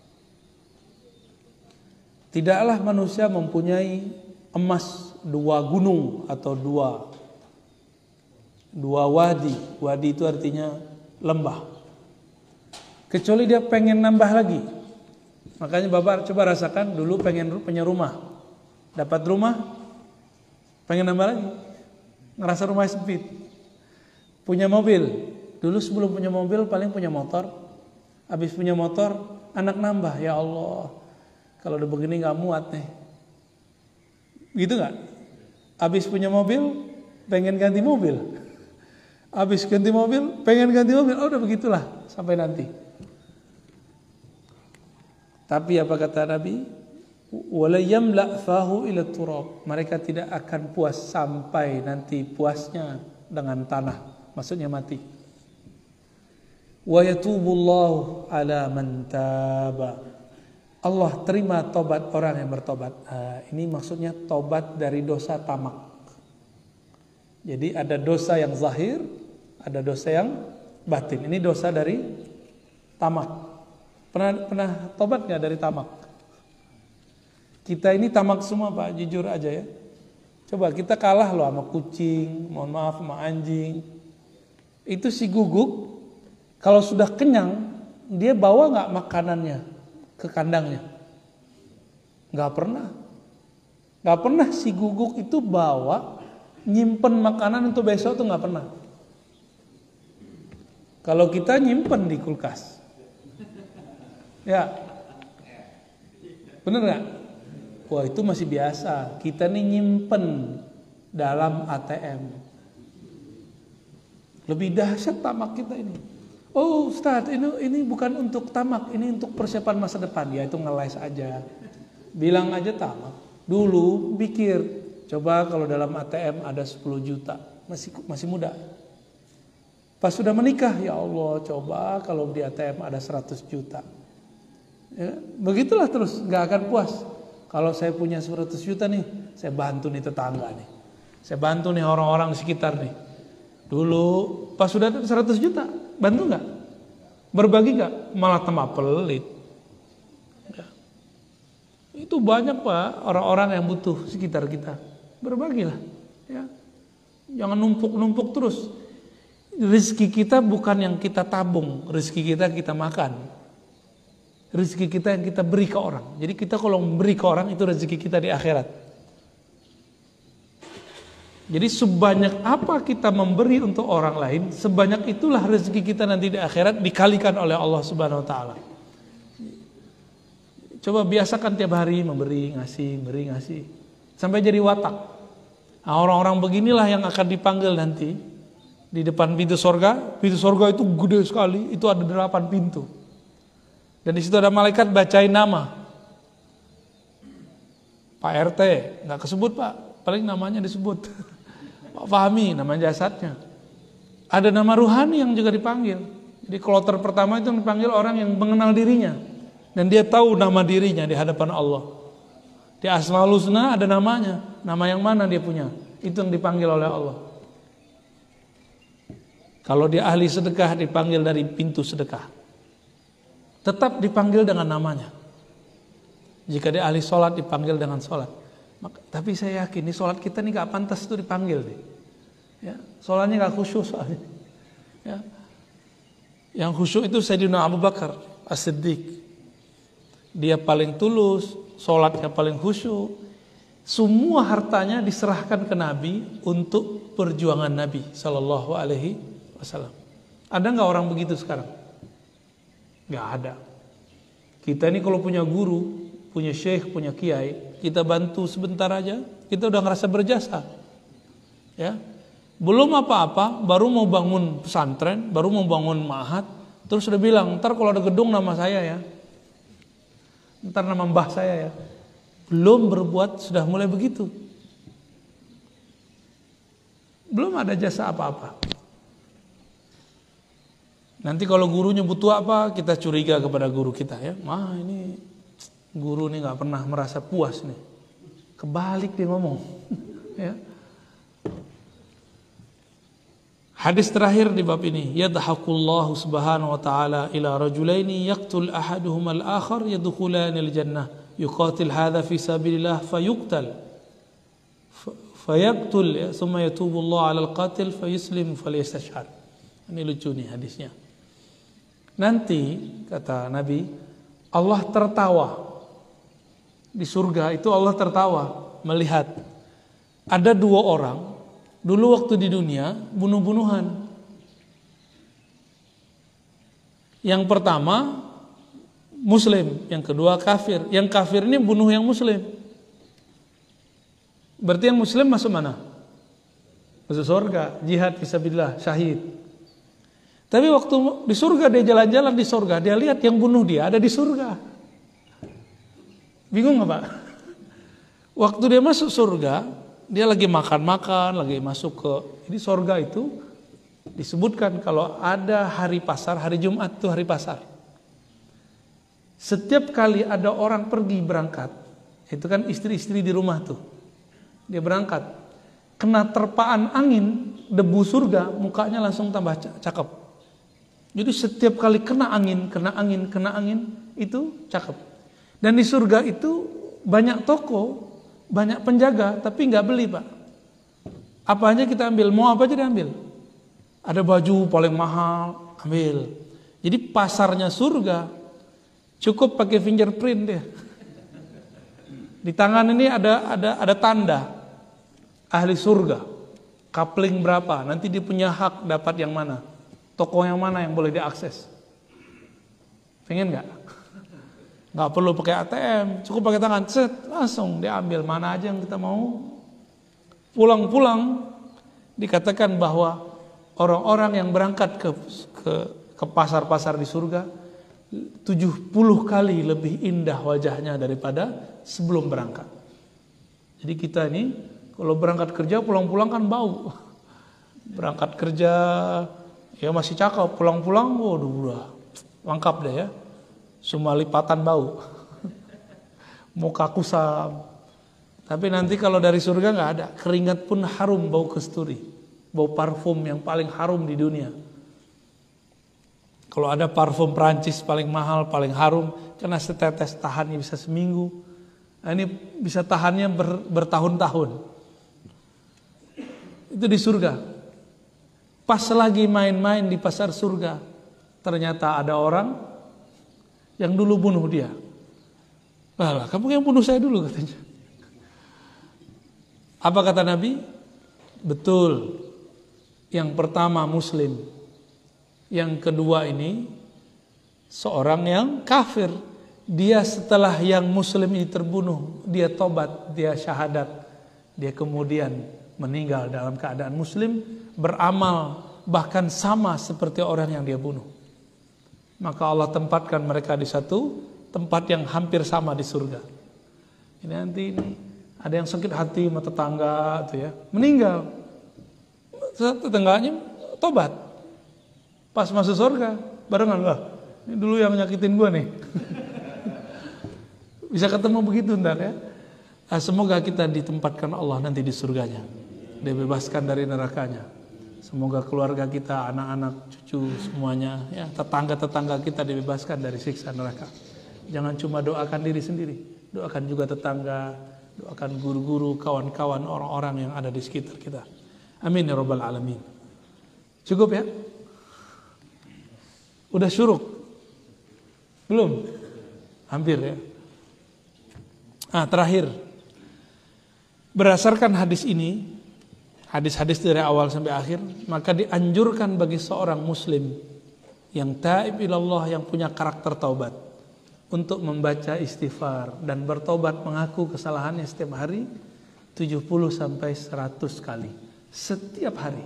Tidaklah manusia mempunyai emas dua gunung atau dua dua wadi. Wadi itu artinya lembah. Kecuali dia pengen nambah lagi. Makanya Bapak coba rasakan dulu pengen punya rumah. Dapat rumah, pengen nambah lagi. Ngerasa rumah sempit. Punya mobil. Dulu sebelum punya mobil paling punya motor. Habis punya motor, anak nambah. Ya Allah, Kalau udah begini nggak muat nih. Gitu nggak? Habis punya mobil, pengen ganti mobil. Habis ganti mobil, pengen ganti mobil. Oh, udah begitulah sampai nanti. Tapi apa kata Nabi? Wala yamla fahu ila turab. Mereka tidak akan puas sampai nanti puasnya dengan tanah. Maksudnya mati. Wa yatubullahu ala man taba. Allah terima tobat orang yang bertobat. Nah, ini maksudnya tobat dari dosa tamak. Jadi ada dosa yang zahir, ada dosa yang batin. Ini dosa dari tamak. Pernah pernah tobat nggak dari tamak? Kita ini tamak semua Pak, jujur aja ya. Coba kita kalah loh sama kucing, mohon maaf sama anjing. Itu si guguk, kalau sudah kenyang, dia bawa nggak makanannya ke kandangnya? Nggak pernah. Nggak pernah si guguk itu bawa nyimpen makanan untuk besok tuh nggak pernah. Kalau kita nyimpen di kulkas, ya, bener nggak? Wah itu masih biasa. Kita nih nyimpen dalam A T M. Lebih dahsyat tamak kita ini. Oh Ustaz, ini ini bukan untuk tamak, ini untuk persiapan masa depan. Ya itu ngeles aja. Bilang aja tamak. Dulu pikir, coba kalau dalam A T M ada sepuluh juta, masih masih muda. Pas sudah menikah, ya Allah, coba kalau di A T M ada seratus juta. Ya, begitulah terus, nggak akan puas. Kalau saya punya seratus juta nih, saya bantu nih tetangga nih. Saya bantu nih orang-orang di sekitar nih. Dulu pas sudah ada seratus juta, bantu nggak? Berbagi nggak? Malah tambah pelit. Ya. Itu banyak Pak orang-orang yang butuh sekitar kita. Berbagilah. Ya. Jangan numpuk-numpuk terus. Rezeki kita bukan yang kita tabung, rezeki kita kita makan. Rezeki kita yang kita beri ke orang. Jadi kita kalau memberi ke orang itu rezeki kita di akhirat. Jadi sebanyak apa kita memberi untuk orang lain, sebanyak itulah rezeki kita nanti di akhirat dikalikan oleh Allah Subhanahu wa taala. Coba biasakan tiap hari memberi, ngasih, memberi, ngasih. Sampai jadi watak. Nah, orang-orang beginilah yang akan dipanggil nanti di depan pintu surga. Pintu surga itu gede sekali, itu ada delapan pintu. Dan di situ ada malaikat bacain nama. Pak R T nggak kesebut Pak, paling namanya disebut. Pak Fahmi nama jasadnya. Ada nama ruhani yang juga dipanggil. Jadi kloter pertama itu dipanggil orang yang mengenal dirinya dan dia tahu nama dirinya di hadapan Allah. Di Asmaul Husna ada namanya, nama yang mana dia punya, itu yang dipanggil oleh Allah. Kalau dia ahli sedekah dipanggil dari pintu sedekah. Tetap dipanggil dengan namanya. Jika dia ahli sholat dipanggil dengan sholat. Maka, tapi saya yakin ini sholat kita nih gak pantas itu dipanggil deh. Ya, sholatnya gak khusyuk soalnya. Ya. Yang khusyuk itu Sayyidina Abu Bakar As-Siddiq. Dia paling tulus, sholatnya paling khusyuk. Semua hartanya diserahkan ke Nabi untuk perjuangan Nabi Sallallahu Alaihi Wasallam. Ada nggak orang begitu sekarang? Nggak ada. Kita ini kalau punya guru, punya syekh, punya kiai, kita bantu sebentar aja, kita udah ngerasa berjasa. Ya, belum apa-apa, baru mau bangun pesantren, baru mau bangun ma'had, terus udah bilang, ntar kalau ada gedung nama saya ya, ntar nama mbah saya ya. Belum berbuat sudah mulai begitu. Belum ada jasa apa-apa. Nanti kalau gurunya butuh apa, kita curiga kepada guru kita ya. Wah ini guru ini nggak pernah merasa puas nih. Kebalik dia ngomong. Ya. Hadis terakhir di bab ini, yadhakullahu subhanahu wa ta'ala ila rajulaini yaqtul ahaduhum al-akhar yadkhulanil jannah yuqatil hadha fi sabilillah fayuqtal fayaqtul ya, thumma yatubu Allah 'ala al-qatil fayuslim falyastashhad. Ini lucu nih hadisnya. Nanti kata Nabi, Allah tertawa di surga itu. Allah tertawa melihat ada dua orang dulu waktu di dunia bunuh-bunuhan. Yang pertama muslim, yang kedua kafir. Yang kafir ini bunuh yang muslim. Berarti yang muslim masuk mana? Masuk surga, jihad fisabilillah, syahid. Tapi waktu di surga dia jalan-jalan di surga, dia lihat yang bunuh dia ada di surga. Bingung nggak Pak? Waktu dia masuk surga, dia lagi makan-makan, lagi masuk ke, ini surga itu disebutkan kalau ada hari pasar, hari Jumat itu hari pasar. Setiap kali ada orang pergi berangkat, itu kan istri-istri di rumah tuh, dia berangkat, kena terpaan angin, debu surga, mukanya langsung tambah cakep. Jadi setiap kali kena angin, kena angin, kena angin, itu cakep. Dan di surga itu banyak toko, banyak penjaga, tapi nggak beli Pak. Apa aja kita ambil, mau apa aja diambil. Ada baju paling mahal, ambil. Jadi pasarnya surga cukup pakai fingerprint dia. Di tangan ini ada ada ada tanda ahli surga. Kapling berapa? Nanti dia punya hak dapat yang mana? Toko yang mana yang boleh diakses? Pengen nggak? Nggak perlu pakai A T M, cukup pakai tangan, set, langsung diambil mana aja yang kita mau. Pulang-pulang dikatakan bahwa orang-orang yang berangkat ke ke ke pasar-pasar di surga tujuh puluh kali lebih indah wajahnya daripada sebelum berangkat. Jadi kita ini kalau berangkat kerja pulang-pulang kan bau. Berangkat kerja ya masih cakep, pulang-pulang waduh udah lengkap deh ya. Semua lipatan bau. Muka kusam. Tapi nanti kalau dari surga nggak ada, keringat pun harum bau kasturi. Bau parfum yang paling harum di dunia. Kalau ada parfum Prancis paling mahal, paling harum, karena setetes tahannya bisa seminggu. Nah, ini bisa tahannya ber, bertahun-tahun. Itu di surga. Pas lagi main-main di pasar surga, ternyata ada orang yang dulu bunuh dia. Lah, kamu yang bunuh saya dulu katanya. Apa kata Nabi? Betul. Yang pertama muslim. Yang kedua ini seorang yang kafir. Dia setelah yang muslim ini terbunuh, dia tobat, dia syahadat. Dia kemudian meninggal dalam keadaan muslim, beramal bahkan sama seperti orang yang dia bunuh. Maka Allah tempatkan mereka di satu tempat yang hampir sama di surga. Ini nanti ini ada yang sakit hati sama tetangga tuh ya, meninggal. Tetangganya tobat. Pas masuk surga, barengan lah. Ini dulu yang nyakitin gua nih. Bisa ketemu begitu ntar ya. Nah, semoga kita ditempatkan Allah nanti di surganya. Dibebaskan dari nerakanya. Semoga keluarga kita, anak-anak, cucu semuanya, ya, tetangga-tetangga kita dibebaskan dari siksa neraka. Jangan cuma doakan diri sendiri, doakan juga tetangga, doakan guru-guru, kawan-kawan, orang-orang yang ada di sekitar kita. Amin ya rabbal alamin. Cukup ya? Udah syuruk? Belum? Hampir ya. Ah, terakhir. Berdasarkan hadis ini, hadis-hadis dari awal sampai akhir, maka dianjurkan bagi seorang muslim yang taib ilallah, yang punya karakter taubat, untuk membaca istighfar dan bertobat mengaku kesalahannya setiap hari tujuh puluh sampai seratus kali setiap hari.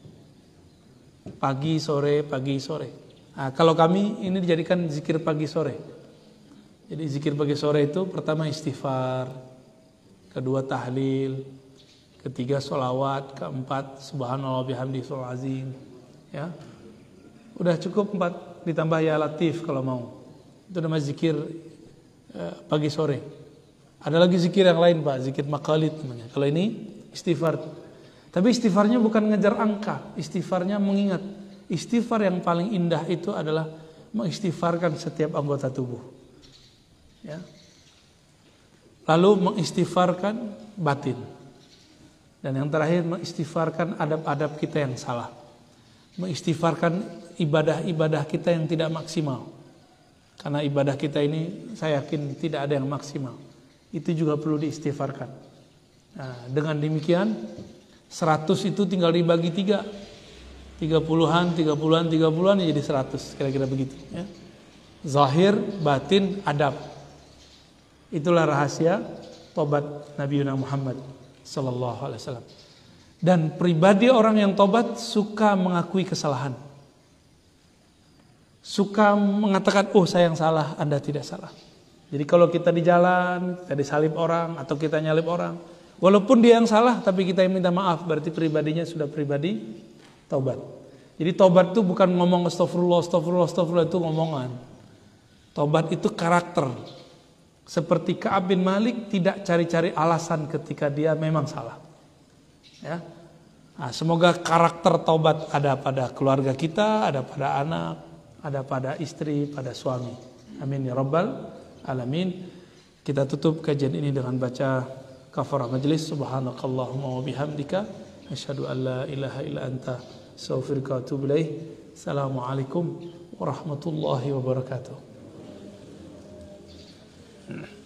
Pagi sore, pagi sore. Nah, kalau kami ini dijadikan zikir pagi sore. Jadi zikir pagi sore itu pertama istighfar, kedua tahlil, ketiga sholawat, keempat subhanallah bihamdi shol azim, ya udah cukup empat, ditambah ya latif kalau mau. Itu namanya zikir eh, pagi sore. Ada lagi zikir yang lain Pak, zikir maqalid namanya. Kalau ini istighfar, tapi istighfarnya bukan ngejar angka, istighfarnya mengingat. Istighfar yang paling indah itu adalah mengistighfarkan setiap anggota tubuh, ya. Lalu mengistighfarkan batin. Dan yang terakhir mengistighfarkan adab-adab kita yang salah. Mengistighfarkan ibadah-ibadah kita yang tidak maksimal. Karena ibadah kita ini saya yakin tidak ada yang maksimal. Itu juga perlu diistighfarkan. Nah, dengan demikian seratus itu tinggal dibagi tiga. tiga puluhan, tiga puluhan, tiga puluhan jadi seratus. Kira-kira begitu ya. Zahir, batin, adab. Itulah rahasia tobat Nabi Muhammad sallallahu alaihi wasallam. Dan pribadi orang yang tobat suka mengakui kesalahan. Suka mengatakan, oh saya yang salah, Anda tidak salah. Jadi kalau kita di jalan, kita disalib orang atau kita nyalib orang, walaupun dia yang salah tapi kita yang minta maaf, berarti pribadinya sudah pribadi taubat. Jadi taubat itu bukan ngomong astagfirullah, astagfirullah, astagfirullah, itu ngomongan. Taubat itu karakter. Seperti Ka'ab bin Malik tidak cari-cari alasan ketika dia memang salah. Ya. Nah, semoga karakter taubat ada pada keluarga kita, ada pada anak, ada pada istri, pada suami. Amin ya rabbal alamin. Kita tutup kajian ini dengan baca kafarah majlis. Subhanakallahumma wa bihamdika asyhadu an la ilaha illa anta astaghfiruka wa atubu ilaik. Assalamualaikum warahmatullahi wabarakatuh.